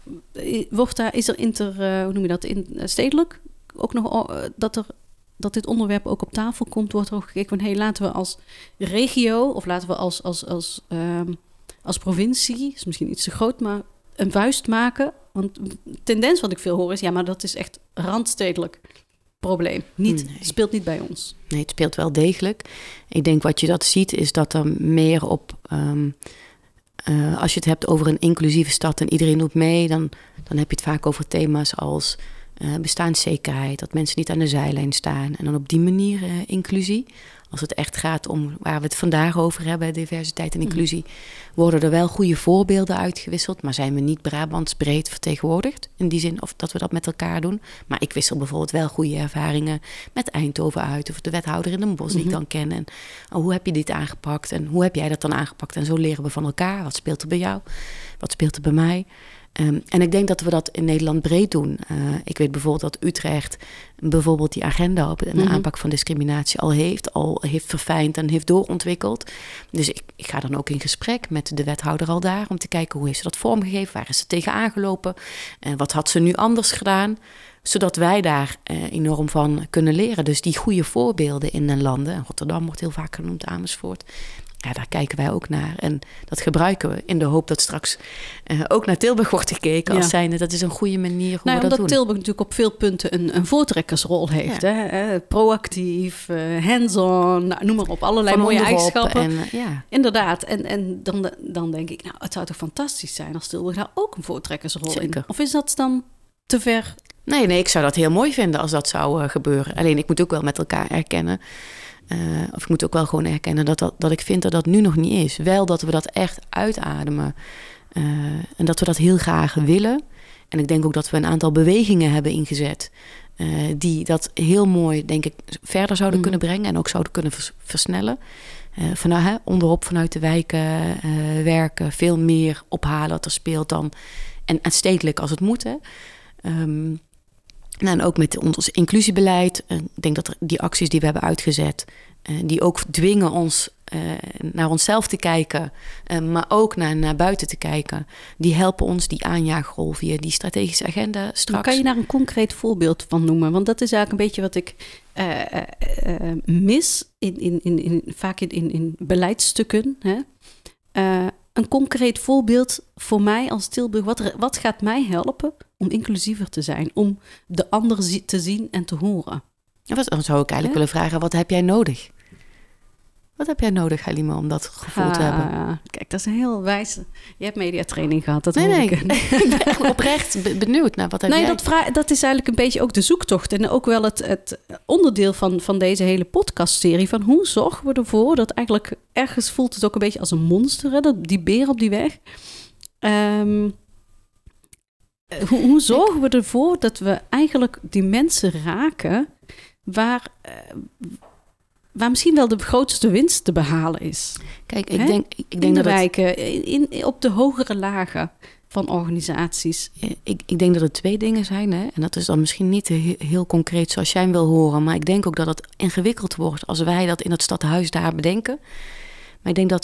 Is er hoe noem je dat, stedelijk ook nog dat dit onderwerp ook op tafel komt? Wordt er ook gekeken van, laten we als regio of laten we als provincie, is misschien iets te groot, maar een vuist maken. Want de tendens wat ik veel hoor is, maar dat is echt randstedelijk probleem. Speelt niet bij ons. Nee, het speelt wel degelijk. Ik denk wat je dat ziet is dat er meer op, als je het hebt over een inclusieve stad en iedereen doet mee, dan heb je het vaak over thema's als bestaanszekerheid, dat mensen niet aan de zijlijn staan en dan op die manier inclusie. Als het echt gaat om waar we het vandaag over hebben, diversiteit en inclusie, worden er wel goede voorbeelden uitgewisseld, maar zijn we niet Brabants breed vertegenwoordigd in die zin of dat we dat met elkaar doen. Maar ik wissel bijvoorbeeld wel goede ervaringen met Eindhoven uit of de wethouder in Den Bosch die ik dan ken. En hoe heb je dit aangepakt en hoe heb jij dat dan aangepakt? En zo leren we van elkaar. Wat speelt er bij jou? Wat speelt er bij mij? En ik denk dat we dat in Nederland breed doen. Ik weet bijvoorbeeld dat Utrecht bijvoorbeeld die agenda op de aanpak van discriminatie al heeft verfijnd en heeft doorontwikkeld. Dus ik ga dan ook in gesprek met de wethouder al daar om te kijken hoe heeft ze dat vormgegeven, waar is ze tegen aangelopen, wat had ze nu anders gedaan, zodat wij daar enorm van kunnen leren. Dus die goede voorbeelden in de landen, Rotterdam wordt heel vaak genoemd, Amersfoort. Ja, daar kijken wij ook naar. En dat gebruiken we in de hoop dat straks ook naar Tilburg wordt gekeken. Als zijnde, dat is een goede manier hoe we dat doen. Omdat Tilburg natuurlijk op veel punten een voortrekkersrol heeft. Ja. Hè? Proactief, hands-on, noem maar op. Allerlei mooie eigenschappen. Inderdaad. En dan denk ik, het zou toch fantastisch zijn als Tilburg daar ook een voortrekkersrol in. Of is dat dan te ver? Nee, ik zou dat heel mooi vinden als dat zou gebeuren. Alleen ik moet ook wel met elkaar erkennen. Of ik moet ook wel gewoon erkennen dat ik vind dat nu nog niet is. Wel dat we dat echt uitademen. En dat we dat heel graag willen. En ik denk ook dat we een aantal bewegingen hebben ingezet. Die dat heel mooi, denk ik, verder zouden kunnen brengen. En ook zouden kunnen versnellen. Onderop vanuit de wijken werken. Veel meer ophalen wat er speelt dan. En stedelijk als het moet. En ook met ons inclusiebeleid. Ik denk dat die acties die we hebben uitgezet, die ook dwingen ons naar onszelf te kijken, maar ook naar buiten te kijken. Die helpen ons, die aanjaagrol via die strategische agenda straks. Kan je daar een concreet voorbeeld van noemen? Want dat is eigenlijk een beetje wat ik mis vaak in beleidsstukken. Hè? Een concreet voorbeeld voor mij als Tilburg. Wat gaat mij helpen om inclusiever te zijn? Om de ander te zien en te horen? Dan zou ik eigenlijk willen vragen, wat heb jij nodig? Wat heb jij nodig, Halima, om dat gevoel te hebben? Kijk, dat is een heel wijze. Je hebt mediatraining gehad, dat nee. Ik ben echt oprecht benieuwd naar wat heb jij. Dat is eigenlijk een beetje ook de zoektocht. En ook wel het onderdeel van deze hele podcastserie. Van hoe zorgen we ervoor dat eigenlijk ergens voelt het ook een beetje als een monster. Hè? Die beer op die weg. Hoe zorgen we ervoor dat we eigenlijk die mensen raken waar misschien wel de grootste winst te behalen is? Kijk, ik denk in de wijken, op de hogere lagen van organisaties. Ik denk dat het twee dingen zijn. Hè? En dat is dan misschien niet heel concreet zoals jij hem wil horen. Maar ik denk ook dat het ingewikkeld wordt als wij dat in het stadhuis daar bedenken. Maar ik denk dat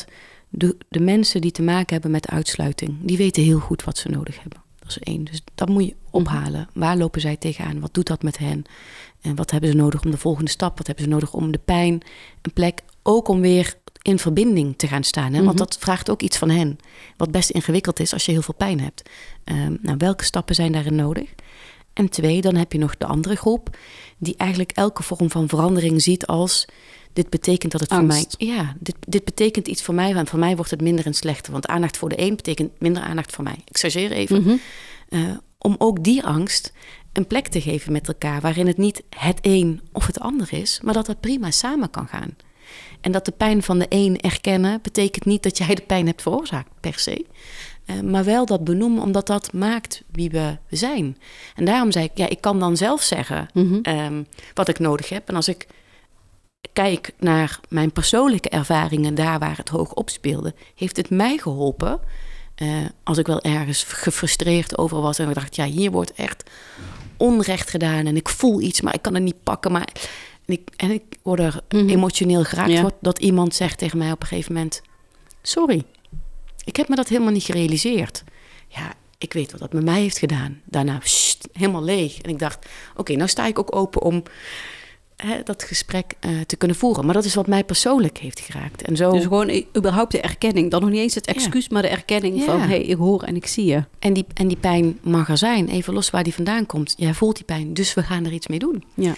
de mensen die te maken hebben met uitsluiting, die weten heel goed wat ze nodig hebben. Dat is 1. Dus dat moet je ophalen. Waar lopen zij tegenaan? Wat doet dat met hen? En wat hebben ze nodig om de volgende stap? Wat hebben ze nodig om de pijn, een plek, ook om weer in verbinding te gaan staan? Hè? Want dat vraagt ook iets van hen. Wat best ingewikkeld is als je heel veel pijn hebt. Welke stappen zijn daarin nodig? En 2, dan heb je nog de andere groep, die eigenlijk elke vorm van verandering ziet als: dit betekent dat het angst. voor mij... Ja, dit betekent iets voor mij, en voor mij wordt het minder en slechter. Want aandacht voor de een betekent minder aandacht voor mij. Ik chargeer even. Om ook die angst een plek te geven met elkaar, waarin het niet het een of het ander is, maar dat het prima samen kan gaan. En dat de pijn van de een erkennen betekent niet dat jij de pijn hebt veroorzaakt, per se. Maar wel dat benoemen, omdat dat maakt wie we zijn. En daarom zei ik, ik kan dan zelf zeggen wat ik nodig heb. En als ik kijk naar mijn persoonlijke ervaringen, daar waar het hoog opspeelde, heeft het mij geholpen. Als ik wel ergens gefrustreerd over was en ik dacht, hier wordt echt onrecht gedaan en ik voel iets, maar ik kan het niet pakken. En ik word er emotioneel geraakt dat iemand zegt tegen mij op een gegeven moment: sorry, ik heb me dat helemaal niet gerealiseerd. Ja, ik weet wat dat met mij heeft gedaan. Daarna helemaal leeg. En ik dacht, oké, nou sta ik ook open om dat gesprek te kunnen voeren. Maar dat is wat mij persoonlijk heeft geraakt. En zo... Dus gewoon überhaupt de erkenning. Dan nog niet eens het excuus, maar de erkenning van: hey, ik hoor en ik zie je. En die pijn mag er zijn. Even los waar die vandaan komt. Jij voelt die pijn, dus we gaan er iets mee doen. Ja.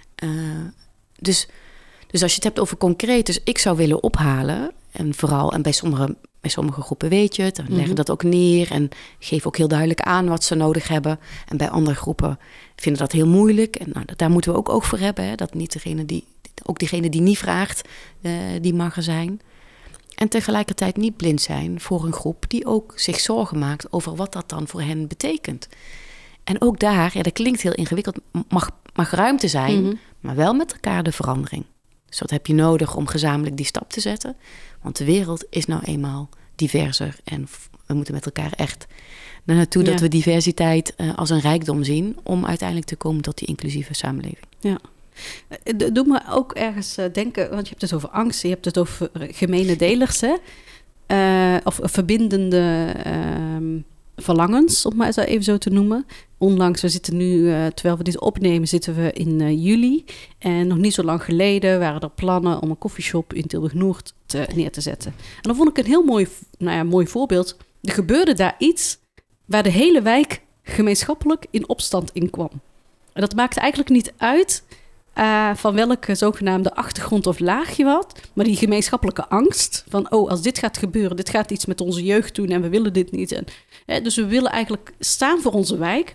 Dus als je het hebt over concreet, dus ik zou willen ophalen. En vooral, en bij sommige groepen weet je het, en leggen dat ook neer en geef ook heel duidelijk aan wat ze nodig hebben. En bij andere groepen vinden dat heel moeilijk. En daar moeten we ook oog voor hebben. Hè? Dat niet diegene die niet vraagt, die mag er zijn. En tegelijkertijd niet blind zijn voor een groep die ook zich zorgen maakt over wat dat dan voor hen betekent. En ook daar, dat klinkt heel ingewikkeld, mag ruimte zijn, maar wel met elkaar de verandering. Dus wat heb je nodig om gezamenlijk die stap te zetten? Want de wereld is nou eenmaal diverser. En we moeten met elkaar echt naartoe dat we diversiteit als een rijkdom zien, om uiteindelijk te komen tot die inclusieve samenleving. Ja. Doe me ook ergens denken, want je hebt het over angst, je hebt het over gemene delers, hè? Of verbindende verlangens, om maar eens even zo te noemen. Onlangs, we zitten nu, terwijl we dit opnemen, zitten we in juli. En nog niet zo lang geleden waren er plannen om een koffieshop in Tilburg-Noord neer te zetten. En dan vond ik een heel mooi voorbeeld. Er gebeurde daar iets waar de hele wijk gemeenschappelijk in opstand in kwam. En dat maakte eigenlijk niet uit van welke zogenaamde achtergrond of laag je had. Maar die gemeenschappelijke angst van, als dit gaat gebeuren, dit gaat iets met onze jeugd doen en we willen dit niet. Dus we willen eigenlijk staan voor onze wijk.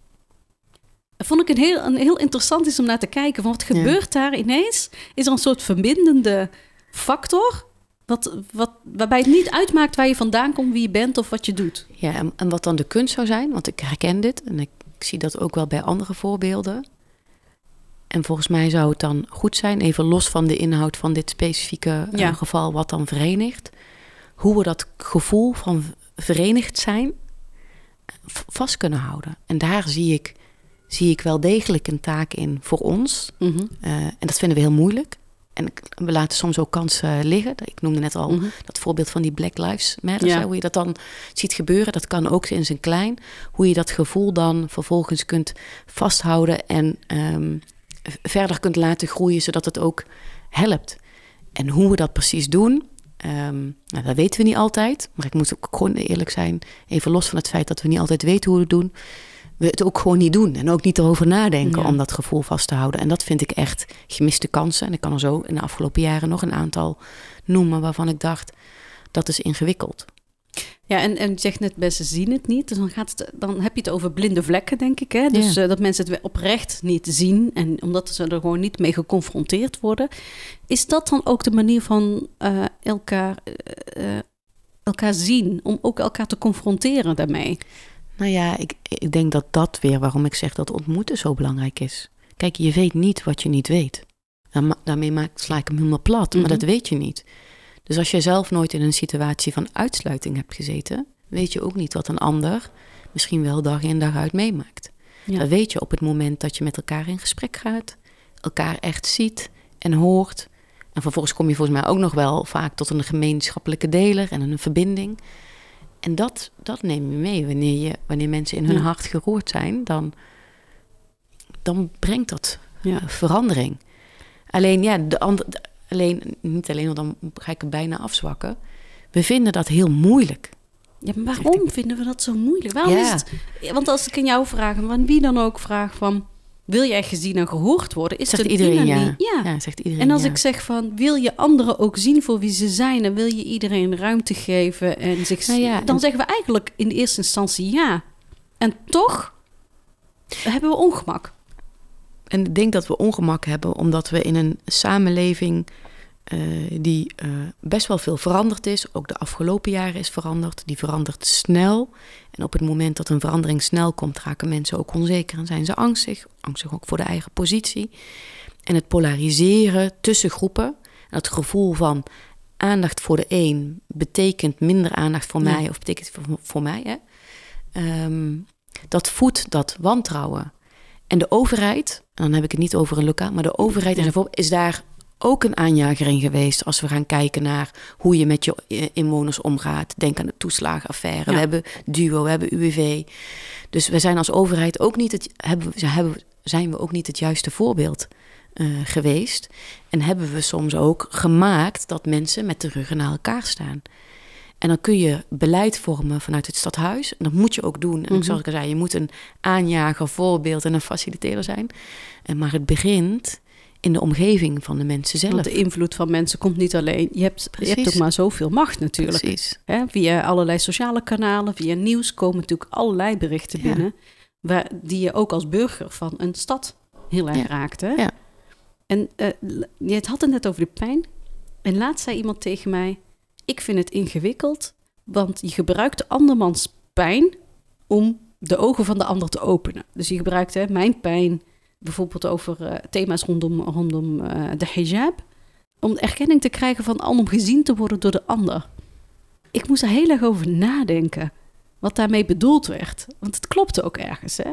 Dat vond ik een heel interessant is om naar te kijken. Van wat gebeurt daar ineens? Is er een soort verbindende factor? Waarbij het niet uitmaakt waar je vandaan komt, wie je bent of wat je doet. Ja, en wat dan de kunst zou zijn, want ik herken dit en ik zie dat ook wel bij andere voorbeelden. En volgens mij zou het dan goed zijn, even los van de inhoud van dit specifieke geval wat dan verenigt, hoe we dat gevoel van verenigd zijn vast kunnen houden. En daar zie ik wel degelijk een taak in voor ons. En dat vinden we heel moeilijk. En we laten soms ook kansen liggen. Ik noemde net al dat voorbeeld van die Black Lives Matter. Hoe je dat dan ziet gebeuren. Dat kan ook in zijn klein. Hoe je dat gevoel dan vervolgens kunt vasthouden en verder kunt laten groeien, zodat het ook helpt. En hoe we dat precies doen, dat weten we niet altijd. Maar ik moet ook gewoon eerlijk zijn, even los van het feit dat we niet altijd weten hoe we het doen, we het ook gewoon niet doen. En ook niet erover nadenken om dat gevoel vast te houden. En dat vind ik echt gemiste kansen. En ik kan er zo in de afgelopen jaren nog een aantal noemen waarvan ik dacht, dat is ingewikkeld. Ja, en je zegt net, mensen zien het niet. Dus dan heb je het over blinde vlekken, denk ik. Hè? Dus dat mensen het oprecht niet zien. En omdat ze er gewoon niet mee geconfronteerd worden. Is dat dan ook de manier van elkaar zien? Om ook elkaar te confronteren daarmee? Nou ja, ik denk dat weer waarom ik zeg dat ontmoeten zo belangrijk is. Kijk, je weet niet wat je niet weet. Daarmee sla ik hem helemaal plat, maar dat weet je niet. Dus als je zelf nooit in een situatie van uitsluiting hebt gezeten, weet je ook niet wat een ander misschien wel dag in dag uit meemaakt. Ja. Dat weet je op het moment dat je met elkaar in gesprek gaat, elkaar echt ziet en hoort, En vervolgens kom je volgens mij ook nog wel vaak tot een gemeenschappelijke deler en een verbinding. En dat neem je mee wanneer mensen in hun hart geroerd zijn, dan brengt dat verandering. Alleen, niet alleen, want dan ga ik het bijna afzwakken. We vinden dat heel moeilijk. Ja, maar waarom vinden we dat zo moeilijk? Waarom is het? Want als ik aan jou vraag, en wie dan ook vraagt van, wil jij gezien en gehoord worden? Zegt iedereen zegt iedereen. En als ik zeg van, wil je anderen ook zien voor wie ze zijn en wil je iedereen ruimte geven en dan zeggen we eigenlijk in de eerste instantie ja. En toch hebben we ongemak. En ik denk dat we ongemak hebben omdat we in een samenleving die best wel veel veranderd is. Ook de afgelopen jaren is veranderd. Die verandert snel. En op het moment dat een verandering snel komt, raken mensen ook onzeker en zijn ze angstig. Angstig ook voor de eigen positie. En het polariseren tussen groepen. Het gevoel van aandacht voor de een betekent minder aandacht voor mij of betekent voor mij. Hè? Dat voedt dat wantrouwen. En de overheid, en dan heb ik het niet over een lokaal, maar de overheid is daar ook een aanjager in geweest als we gaan kijken naar hoe je met je inwoners omgaat. Denk aan de toeslagenaffaire. Ja. We hebben DUO, we hebben UWV. Dus we zijn als overheid ook niet zijn we ook niet het juiste voorbeeld geweest. En hebben we soms ook gemaakt dat mensen met de ruggen naar elkaar staan. En dan kun je beleid vormen vanuit het stadhuis. En dat moet je ook doen. En zoals ik al zei, je moet een aanjager, voorbeeld en een faciliteerder zijn. Maar het begint in de omgeving van de mensen zelf. Want de invloed van mensen komt niet alleen. Je hebt ook maar zoveel macht natuurlijk. Precies. Via allerlei sociale kanalen, via nieuws komen natuurlijk allerlei berichten binnen. Die je ook als burger van een stad heel erg raakt. Hè? Ja. En je had het net over de pijn. En laatst zei iemand tegen mij, ik vind het ingewikkeld, want je gebruikt de andermans pijn om de ogen van de ander te openen. Dus je gebruikt mijn pijn bijvoorbeeld over thema's rondom de hijab, om erkenning te krijgen van om gezien te worden door de ander. Ik moest er heel erg over nadenken, wat daarmee bedoeld werd. Want het klopte ook ergens, hè?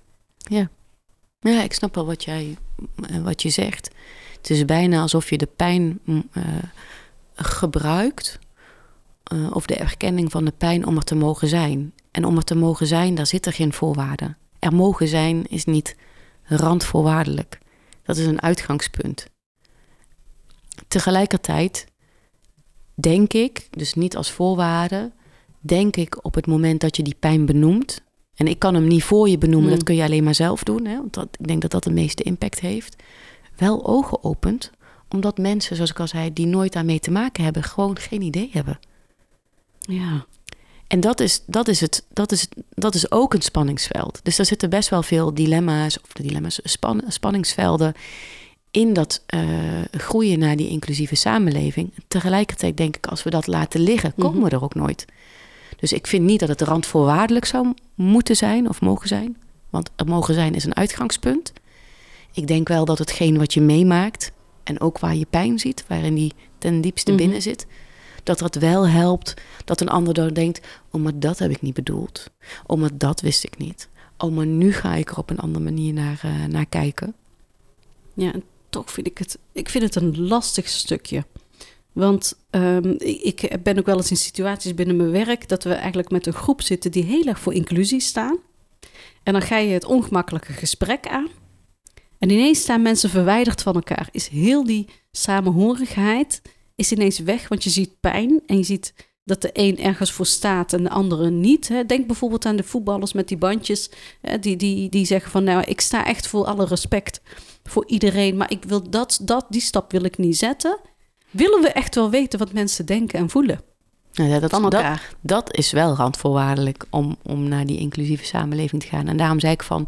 Ja, ik snap wel wat je zegt. Het is bijna alsof je de pijn gebruikt, of de erkenning van de pijn om er te mogen zijn. En om er te mogen zijn, daar zit er geen voorwaarde. Er mogen zijn is niet randvoorwaardelijk. Dat is een uitgangspunt. Tegelijkertijd denk ik, dus niet als voorwaarde, denk ik op het moment dat je die pijn benoemt. En ik kan hem niet voor je benoemen, dat kun je alleen maar zelf doen. Hè? Want ik denk dat dat de meeste impact heeft. Wel ogen opent, omdat mensen, zoals ik al zei, die nooit daarmee te maken hebben, gewoon geen idee hebben. Ja. En dat is ook een spanningsveld. Dus daar zitten best wel veel spanningsvelden in dat groeien naar die inclusieve samenleving. Tegelijkertijd denk ik, als we dat laten liggen, komen we er ook nooit. Dus ik vind niet dat het randvoorwaardelijk zou moeten zijn of mogen zijn. Want het mogen zijn is een uitgangspunt. Ik denk wel dat hetgeen wat je meemaakt en ook waar je pijn ziet, waarin die ten diepste binnen zit, dat wel helpt dat een ander dan denkt, oh, maar dat heb ik niet bedoeld. Oh, maar dat wist ik niet. Oh, maar nu ga ik er op een andere manier naar kijken. Ja, en toch vind ik het een lastig stukje. Want ik ben ook wel eens in situaties binnen mijn werk dat we eigenlijk met een groep zitten die heel erg voor inclusie staan. En dan ga je het ongemakkelijke gesprek aan. En ineens staan mensen verwijderd van elkaar. Is heel die samenhorigheid is ineens weg, want je ziet pijn en je ziet dat de een ergens voor staat en de andere niet. Hè. Denk bijvoorbeeld aan de voetballers met die bandjes, die zeggen van, nou, ik sta echt voor alle respect voor iedereen, maar ik wil die stap wil ik niet zetten. Willen we echt wel weten wat mensen denken en voelen? Ja, dat is wel randvoorwaardelijk om naar die inclusieve samenleving te gaan. En daarom zei ik van,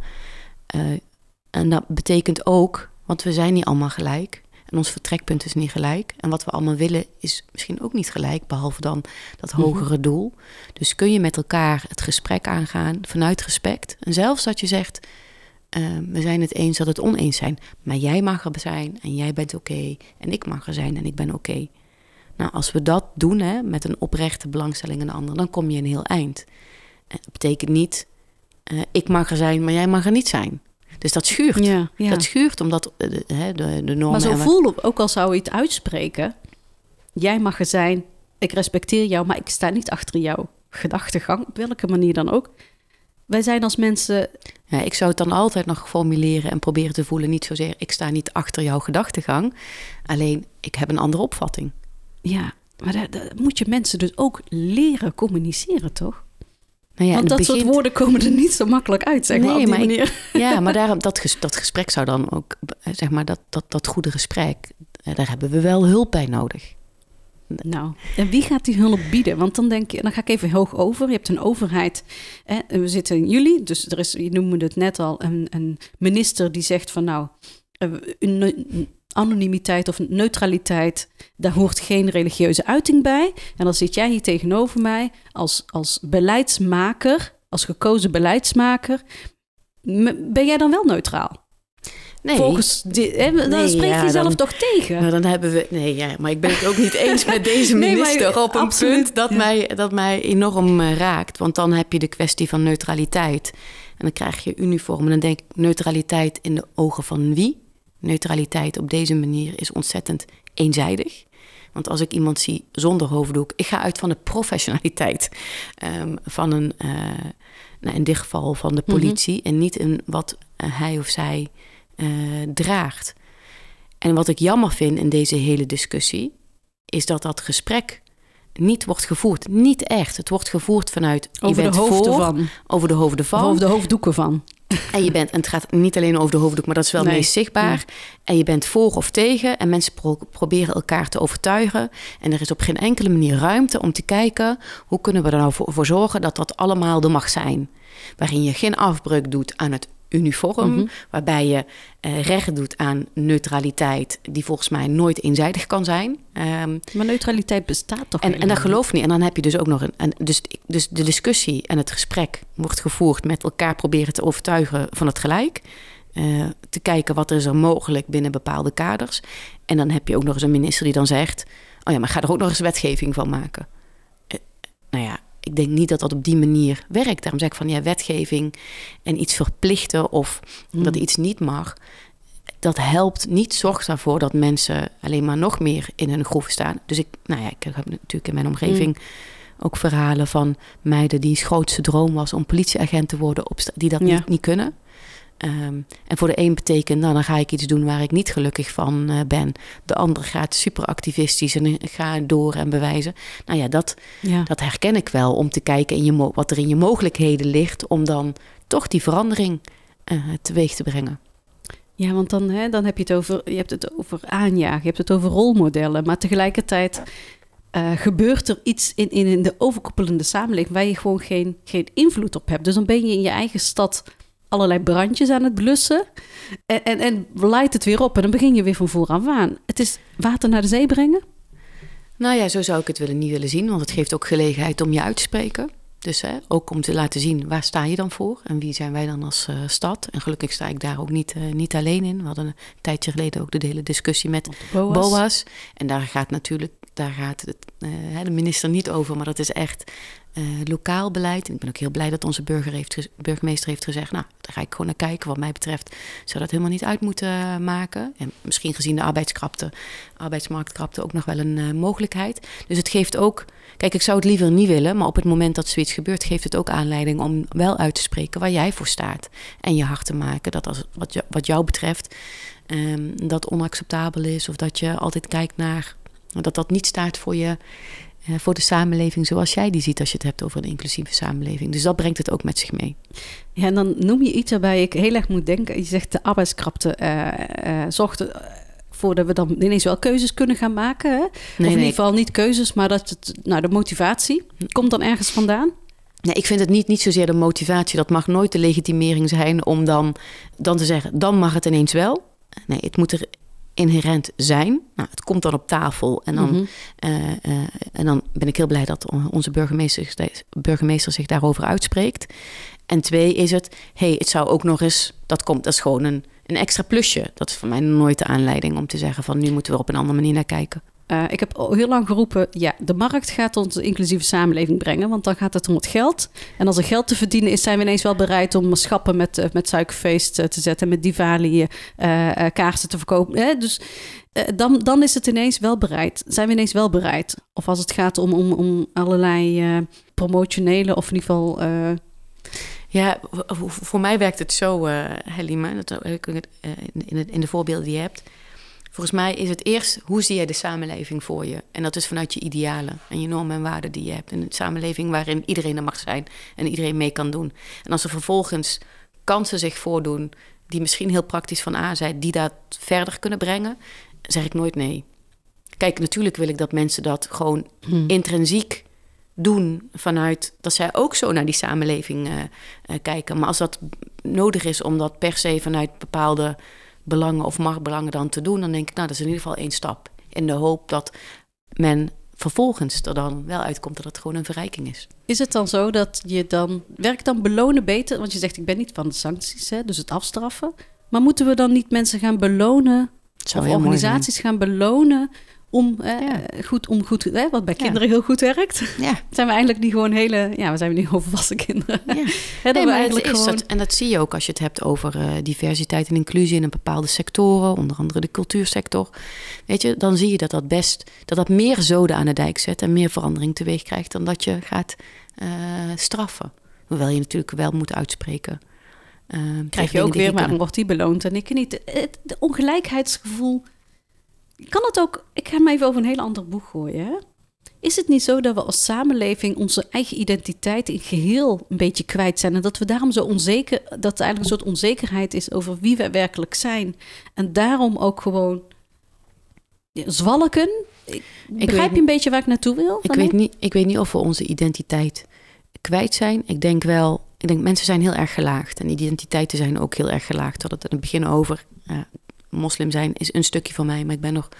en dat betekent ook, want we zijn niet allemaal gelijk. En ons vertrekpunt is niet gelijk. En wat we allemaal willen is misschien ook niet gelijk, behalve dan dat hogere doel. Dus kun je met elkaar het gesprek aangaan vanuit respect. En zelfs dat je zegt, we zijn het eens dat het oneens zijn. Maar jij mag er zijn en jij bent oké. En ik mag er zijn en ik ben oké. Nou, als we dat doen, met een oprechte belangstelling in de ander, dan kom je een heel eind. Dat betekent niet, ik mag er zijn, maar jij mag er niet zijn. Dus dat schuurt. Ja. Dat schuurt omdat de normen... Maar zo voelen, ook al zou je het uitspreken... jij mag er zijn, ik respecteer jou... maar ik sta niet achter jouw gedachtegang... op welke manier dan ook. Wij zijn als mensen... Ja, ik zou het dan altijd nog formuleren en proberen te voelen... niet zozeer, ik sta niet achter jouw gedachtegang... alleen, ik heb een andere opvatting. Ja, maar daar moet je mensen dus ook leren communiceren, toch? Nou ja, want dat soort woorden komen er niet zo makkelijk uit, zeg maar, op die manier. Ja, maar daarom, dat gesprek zou dan ook... zeg maar, dat goede gesprek... daar hebben we wel hulp bij nodig. Nou, en wie gaat die hulp bieden? Want dan denk je, dan ga ik even hoog over. Je hebt een overheid. We zitten in juli, dus er is, je noemde het net al, een minister die zegt van nou, een anonimiteit of neutraliteit, daar hoort geen religieuze uiting bij. En dan zit jij hier tegenover mij als beleidsmaker, als gekozen beleidsmaker. Ben jij dan wel neutraal? Nee. Volgens dan spreek je jezelf toch tegen? Nou, dan hebben we... Nee, ja, maar ik ben het ook niet eens met deze minister op een absoluut punt dat mij enorm raakt. Want dan heb je de kwestie van neutraliteit. En dan krijg je uniform. En dan denk ik, neutraliteit in de ogen van wie? Neutraliteit op deze manier is ontzettend eenzijdig. Want als ik iemand zie zonder hoofddoek... Ik ga uit van de professionaliteit van in dit geval van de politie... en niet in wat hij of zij... draagt. En wat ik jammer vind in deze hele discussie... is dat gesprek niet wordt gevoerd. Niet echt. Het wordt gevoerd vanuit... Over de hoofden van. Over de hoofden van. Over de hoofddoeken van. En het gaat niet alleen over de hoofddoek... maar dat is wel het meest zichtbaar. Ja. En je bent voor of tegen... en mensen proberen elkaar te overtuigen. En er is op geen enkele manier ruimte om te kijken... hoe kunnen we er nou voor zorgen dat dat allemaal er mag zijn. Waarin je geen afbreuk doet aan het uniform, waarbij je recht doet aan neutraliteit... die volgens mij nooit eenzijdig kan zijn. Maar neutraliteit bestaat toch en dat geloof niet. En dan heb je dus ook nog dus de discussie en het gesprek... wordt gevoerd met elkaar proberen te overtuigen van het gelijk... te kijken wat is er mogelijk binnen bepaalde kaders. En dan heb je ook nog eens een minister die dan zegt... oh ja, maar ga er ook nog eens wetgeving van maken. Nou ja... Ik denk niet dat dat op die manier werkt. Daarom zeg ik van ja, wetgeving en iets verplichten of dat iets niet mag. Dat helpt niet, zorgt daarvoor dat mensen alleen maar nog meer in hun groef staan. Dus ik heb natuurlijk in mijn omgeving ook verhalen van meiden die grootste droom was om politieagent te worden, die dat niet kunnen. En voor de een betekent, nou dan ga ik iets doen waar ik niet gelukkig van ben. De ander gaat superactivistisch en ga door en bewijzen. Nou ja, dat herken ik wel om te kijken wat er in je mogelijkheden ligt... om dan toch die verandering teweeg te brengen. Ja, want dan heb je het over aanjagen, je hebt het over rolmodellen... maar tegelijkertijd gebeurt er iets in de overkoepelende samenleving... waar je gewoon geen invloed op hebt. Dus dan ben je in je eigen stad... allerlei brandjes aan het blussen en leidt het weer op. En dan begin je weer van vooraf aan. Het is water naar de zee brengen? Nou ja, zo zou ik het niet willen zien. Want het geeft ook gelegenheid om je uit te spreken. Dus ook om te laten zien, waar sta je dan voor? En wie zijn wij dan als stad? En gelukkig sta ik daar ook niet alleen in. We hadden een tijdje geleden ook de hele discussie met BOA's. En daar gaat de minister niet over. Maar dat is echt... lokaal beleid. En ik ben ook heel blij dat onze burgemeester heeft gezegd... nou, daar ga ik gewoon naar kijken. Wat mij betreft zou dat helemaal niet uit moeten maken. En misschien gezien de arbeidsmarktkrapte ook nog wel een mogelijkheid. Dus het geeft ook... Kijk, ik zou het liever niet willen... maar op het moment dat zoiets gebeurt... geeft het ook aanleiding om wel uit te spreken... waar jij voor staat. En je hard te maken dat als wat jou betreft... dat onacceptabel is... of dat je altijd kijkt naar... dat niet staat voor je... voor de samenleving zoals jij die ziet... als je het hebt over een inclusieve samenleving. Dus dat brengt het ook met zich mee. Ja, en dan noem je iets waarbij ik heel erg moet denken. Je zegt de arbeidskrapte zorgt ervoor dat we dan ineens wel keuzes kunnen gaan maken. Hè? In ieder geval niet keuzes, maar de motivatie komt dan ergens vandaan. Nee, ik vind het niet zozeer de motivatie. Dat mag nooit de legitimering zijn om dan te zeggen... dan mag het ineens wel. Nee, het moet er... inherent zijn. Nou, het komt dan op tafel en dan, en dan ben ik heel blij dat onze burgemeester zich daarover uitspreekt. En 2 is het zou ook nog eens, dat is gewoon een extra plusje. Dat is voor mij nooit de aanleiding om te zeggen van nu moeten we er op een andere manier naar kijken. ik heb heel lang geroepen, ja, de markt gaat ons een inclusieve samenleving brengen, want dan gaat het om het geld. En als er geld te verdienen is, zijn we ineens wel bereid om schappen met suikerfeest te zetten, met Diwali kaarsen te verkopen. Hè? Dus dan is het ineens wel bereid. Zijn we ineens wel bereid? Of als het gaat om allerlei promotionele of in ieder geval... Ja, voor mij werkt het zo, Halima, in de voorbeelden die je hebt. Volgens mij is het eerst, hoe zie je de samenleving voor je? En dat is vanuit je idealen en je normen en waarden die je hebt. Een samenleving waarin iedereen er mag zijn en iedereen mee kan doen. En als er vervolgens kansen zich voordoen die misschien heel praktisch van A zijn, die dat verder kunnen brengen, zeg ik nooit nee. Kijk, natuurlijk wil ik dat mensen dat gewoon intrinsiek doen vanuit dat zij ook zo naar die samenleving kijken. Maar als dat nodig is om dat per se vanuit bepaalde belangen of marktbelangen dan te doen, dan denk ik, nou, dat is in ieder geval 1 stap. In de hoop dat men vervolgens er dan wel uitkomt dat het gewoon een verrijking is. Is het dan zo dat je dan... Werkt dan belonen beter? Want je zegt, ik ben niet van de sancties, hè, dus het afstraffen. Maar moeten we dan niet mensen gaan belonen of organisaties gaan belonen om goed, wat bij kinderen heel goed werkt? Ja. Zijn we eigenlijk niet gewoon we zijn nu over volwassen kinderen. Ja. En dat zie je ook als je het hebt over diversiteit en inclusie in een bepaalde sectoren, onder andere de cultuursector. Weet je, dan zie je dat meer zoden aan de dijk zet en meer verandering teweeg krijgt dan dat je gaat straffen. Hoewel je natuurlijk wel moet uitspreken. Krijg je ook weer, maar dan wordt die beloond en ik niet. Het ongelijkheidsgevoel. Kan het ook, ik ga hem even over een heel ander boek gooien. Hè? Is het niet zo dat we als samenleving onze eigen identiteit in geheel een beetje kwijt zijn? En dat we daarom zo onzeker, dat er eigenlijk een soort onzekerheid is over wie we werkelijk zijn. En daarom ook gewoon zwalken. Begrijp je een beetje waar ik naartoe wil? Ik weet niet of we onze identiteit kwijt zijn. Ik denk mensen zijn heel erg gelaagd. En identiteiten zijn ook heel erg gelaagd. We hadden het in het begin over. Moslim zijn is een stukje van mij, maar ik ben nog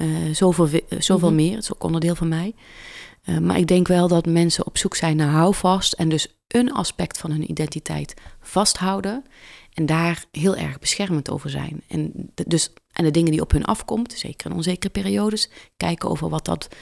zoveel meer. Het is ook onderdeel van mij. Maar ik denk wel dat mensen op zoek zijn naar houvast en dus een aspect van hun identiteit vasthouden en daar heel erg beschermend over zijn. En de dingen die op hun afkomt, zeker in onzekere periodes, kijken over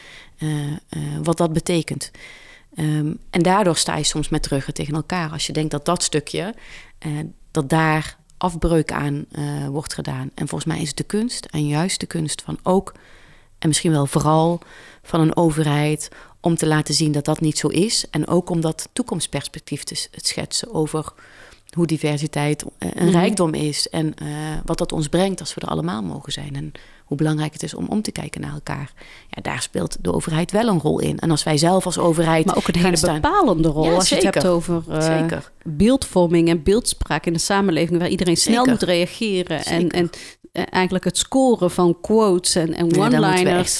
wat dat betekent. En daardoor sta je soms met ruggen tegen elkaar. Als je denkt dat stukje, dat daar afbreuk aan wordt gedaan. En volgens mij is het de kunst, en juist de kunst van ook, en misschien wel vooral van een overheid, om te laten zien dat dat niet zo is. En ook om dat toekomstperspectief te schetsen over hoe diversiteit een rijkdom is. En wat dat ons brengt als we er allemaal mogen zijn. En hoe belangrijk het is om te kijken naar elkaar. Ja, daar speelt de overheid wel een rol in. En als wij zelf als overheid... Maar ook een hele bepalende rol. Ja, als zeker. Je het hebt over beeldvorming en beeldspraak in de samenleving, waar iedereen snel moet reageren. En eigenlijk het scoren van quotes en one-liners.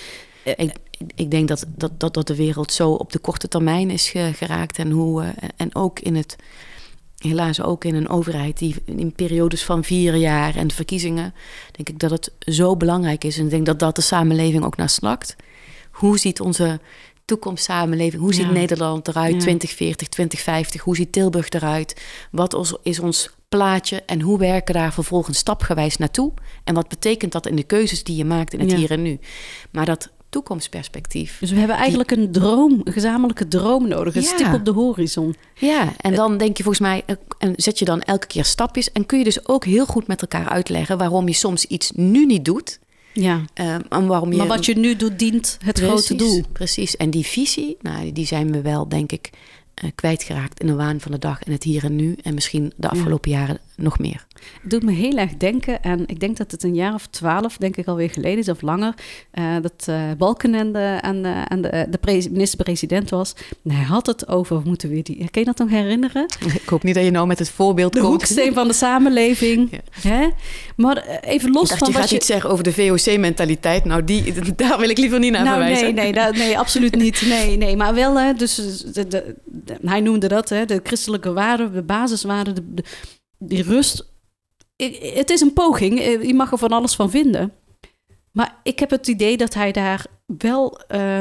Ik denk dat de wereld zo op de korte termijn is geraakt. En ook helaas ook in een overheid die in periodes van 4 jaar en de verkiezingen, denk ik dat het zo belangrijk is. En ik denk dat de samenleving ook naar snakt. Hoe ziet onze toekomstsamenleving, hoe ziet Nederland eruit 2040, 2050? Hoe ziet Tilburg eruit? Wat is ons plaatje en hoe werken daar vervolgens stapgewijs naartoe? En wat betekent dat in de keuzes die je maakt in het hier en nu? Maar dat toekomstperspectief. Dus we hebben eigenlijk een gezamenlijke droom nodig. Een stip op de horizon. Ja, en dan denk je volgens mij, en zet je dan elke keer stapjes en kun je dus ook heel goed met elkaar uitleggen waarom je soms iets nu niet doet. Ja. En maar wat je nu doet, dient het grote doel. Precies. En die visie, die zijn we wel, denk ik, kwijtgeraakt in de waan van de dag en het hier en nu. En misschien de afgelopen jaren nog meer. Het doet me heel erg denken. En ik denk dat het een jaar of 12, denk ik alweer geleden is of langer. Dat Balkenende aan de minister-president was. En hij had het over, moeten we kun je dat nog herinneren? Ik hoop niet dat je nou met het voorbeeld komt. De hoeksteen van de samenleving. Ja. Hè? Maar even los van je gaat iets zeggen over de VOC-mentaliteit. Nou, daar wil ik liever niet naar verwijzen. Nee, absoluut niet. Nee, maar wel, hè, dus hij noemde dat, hè, de christelijke waarden, de basiswaarden, die rust. Het is een poging. Je mag er van alles van vinden. Maar ik heb het idee dat hij daar wel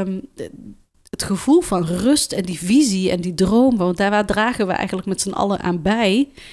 het gevoel van rust en die visie en die droom, want daar dragen we eigenlijk met z'n allen aan bij.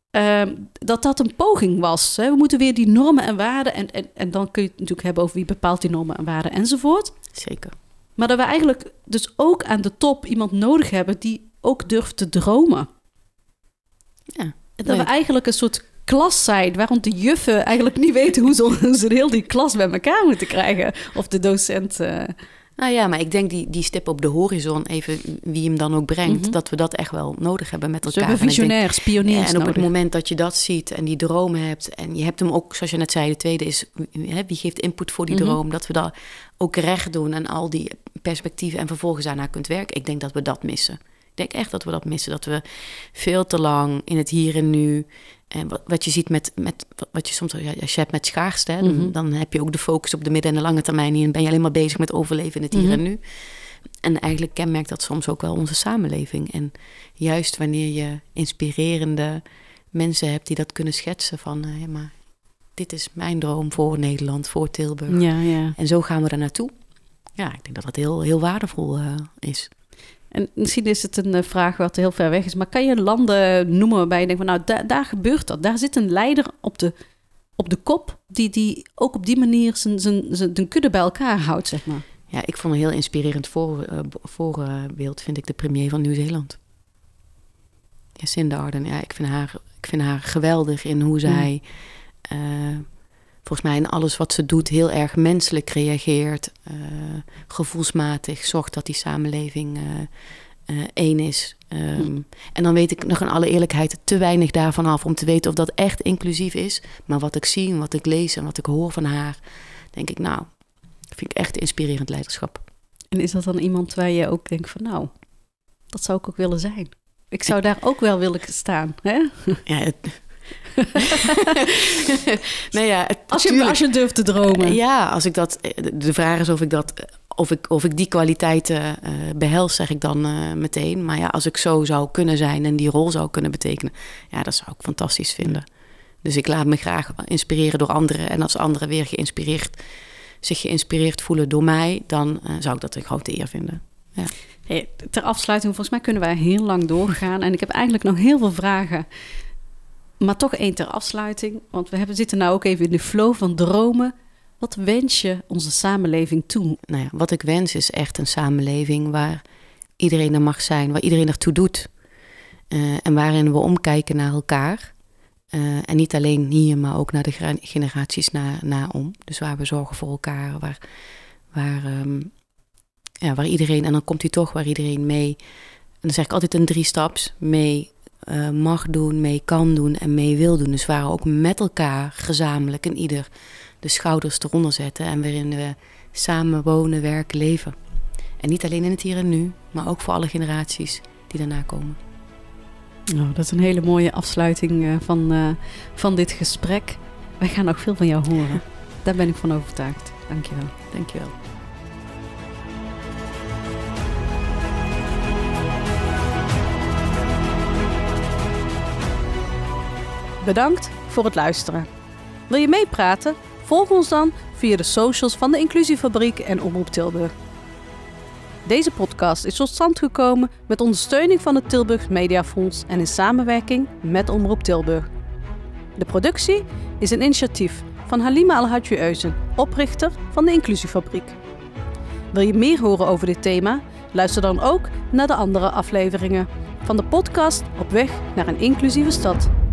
dat een poging was. Hè? We moeten weer die normen en waarden... En dan kun je het natuurlijk hebben over wie bepaalt die normen en waarden enzovoort. Zeker. Maar dat we eigenlijk dus ook aan de top iemand nodig hebben... die ook durft te dromen. Ja, en dat we eigenlijk een soort klas zijn... waarom de juffen eigenlijk niet weten hoe ze heel die klas bij elkaar moeten krijgen. Of de docent... Nou ja, maar ik denk die stip op de horizon, even wie hem dan ook brengt... dat we dat echt wel nodig hebben met elkaar. Ze hebben visionairs, pioniers en op het moment dat je dat ziet en die dromen hebt... en je hebt hem ook, zoals je net zei, de tweede is... wie geeft input voor die droom? Dat we dat ook recht doen en al die perspectieven... en vervolgens daarna kunt werken. Ik denk dat we dat missen. Ik denk echt dat we dat missen. Dat we veel te lang in het hier en nu... En wat je ziet met wat je soms, als je hebt met schaarste, hè, dan heb je ook de focus op de midden- en de lange termijn niet. En ben je alleen maar bezig met overleven in het hier en nu. En eigenlijk kenmerkt dat soms ook wel onze samenleving. En juist wanneer je inspirerende mensen hebt die dat kunnen schetsen van, ja, maar dit is mijn droom voor Nederland, voor Tilburg. Ja. En zo gaan we er naartoe. Ja, ik denk dat dat heel, heel waardevol is. En misschien is het een vraag wat heel ver weg is... maar kan je landen noemen waarbij je denkt... van, nou, daar gebeurt dat. Daar zit een leider op de kop... die ook op die manier zijn kudde bij elkaar houdt, zeg maar. Ja, ik vond een heel inspirerend voorbeeld... vind ik de premier van Nieuw-Zeeland. Jacinda Ardern. Ja, ik vind haar geweldig in hoe zij... volgens mij in alles wat ze doet heel erg menselijk reageert. Gevoelsmatig zorgt dat die samenleving één is. En dan weet ik nog in alle eerlijkheid te weinig daarvan af... om te weten of dat echt inclusief is. Maar wat ik zie en wat ik lees en wat ik hoor van haar... denk ik, nou, vind ik echt inspirerend leiderschap. En is dat dan iemand waar je ook denkt van... nou, dat zou ik ook willen zijn. Ik zou daar ook wel willen staan, hè? Ja, nee, ja, als je durft te dromen. Ja, als ik dat... De vraag is of ik die kwaliteiten behels, zeg ik dan meteen. Maar ja, als ik zo zou kunnen zijn en die rol zou kunnen betekenen... ja, dat zou ik fantastisch vinden. Dus ik laat me graag inspireren door anderen. En als anderen weer zich geïnspireerd voelen door mij... dan zou ik dat een grote eer vinden. Ja. Hey, ter afsluiting, volgens mij kunnen wij heel lang doorgaan. En ik heb eigenlijk nog heel veel vragen... Maar toch één ter afsluiting, want we zitten nou ook even in de flow van dromen. Wat wens je onze samenleving toe? Nou ja, wat ik wens is echt een samenleving waar iedereen er mag zijn, waar iedereen ertoe doet. En waarin we omkijken naar elkaar. En niet alleen hier, maar ook naar de generaties na om. Dus waar we zorgen voor elkaar, waar iedereen, en dan komt hij toch, waar iedereen mee. En dan zeg ik altijd een 3-staps, mee mag doen, mee kan doen en mee wil doen. Dus waar we ook met elkaar gezamenlijk en ieder de schouders eronder zetten en waarin we samen wonen, werken, leven. En niet alleen in het hier en nu, maar ook voor alle generaties die daarna komen. Nou, dat is een hele mooie afsluiting van dit gesprek. Wij gaan nog veel van jou horen. Daar ben ik van overtuigd. Dankjewel. Dankjewel. Bedankt voor het luisteren. Wil je meepraten? Volg ons dan via de socials van de Inclusiefabriek en Omroep Tilburg. Deze podcast is tot stand gekomen met ondersteuning van het Tilburg Mediafonds en in samenwerking met Omroep Tilburg. De productie is een initiatief van Halima Al-Hadji-Eusen, oprichter van de Inclusiefabriek. Wil je meer horen over dit thema? Luister dan ook naar de andere afleveringen van de podcast Op weg naar een inclusieve stad.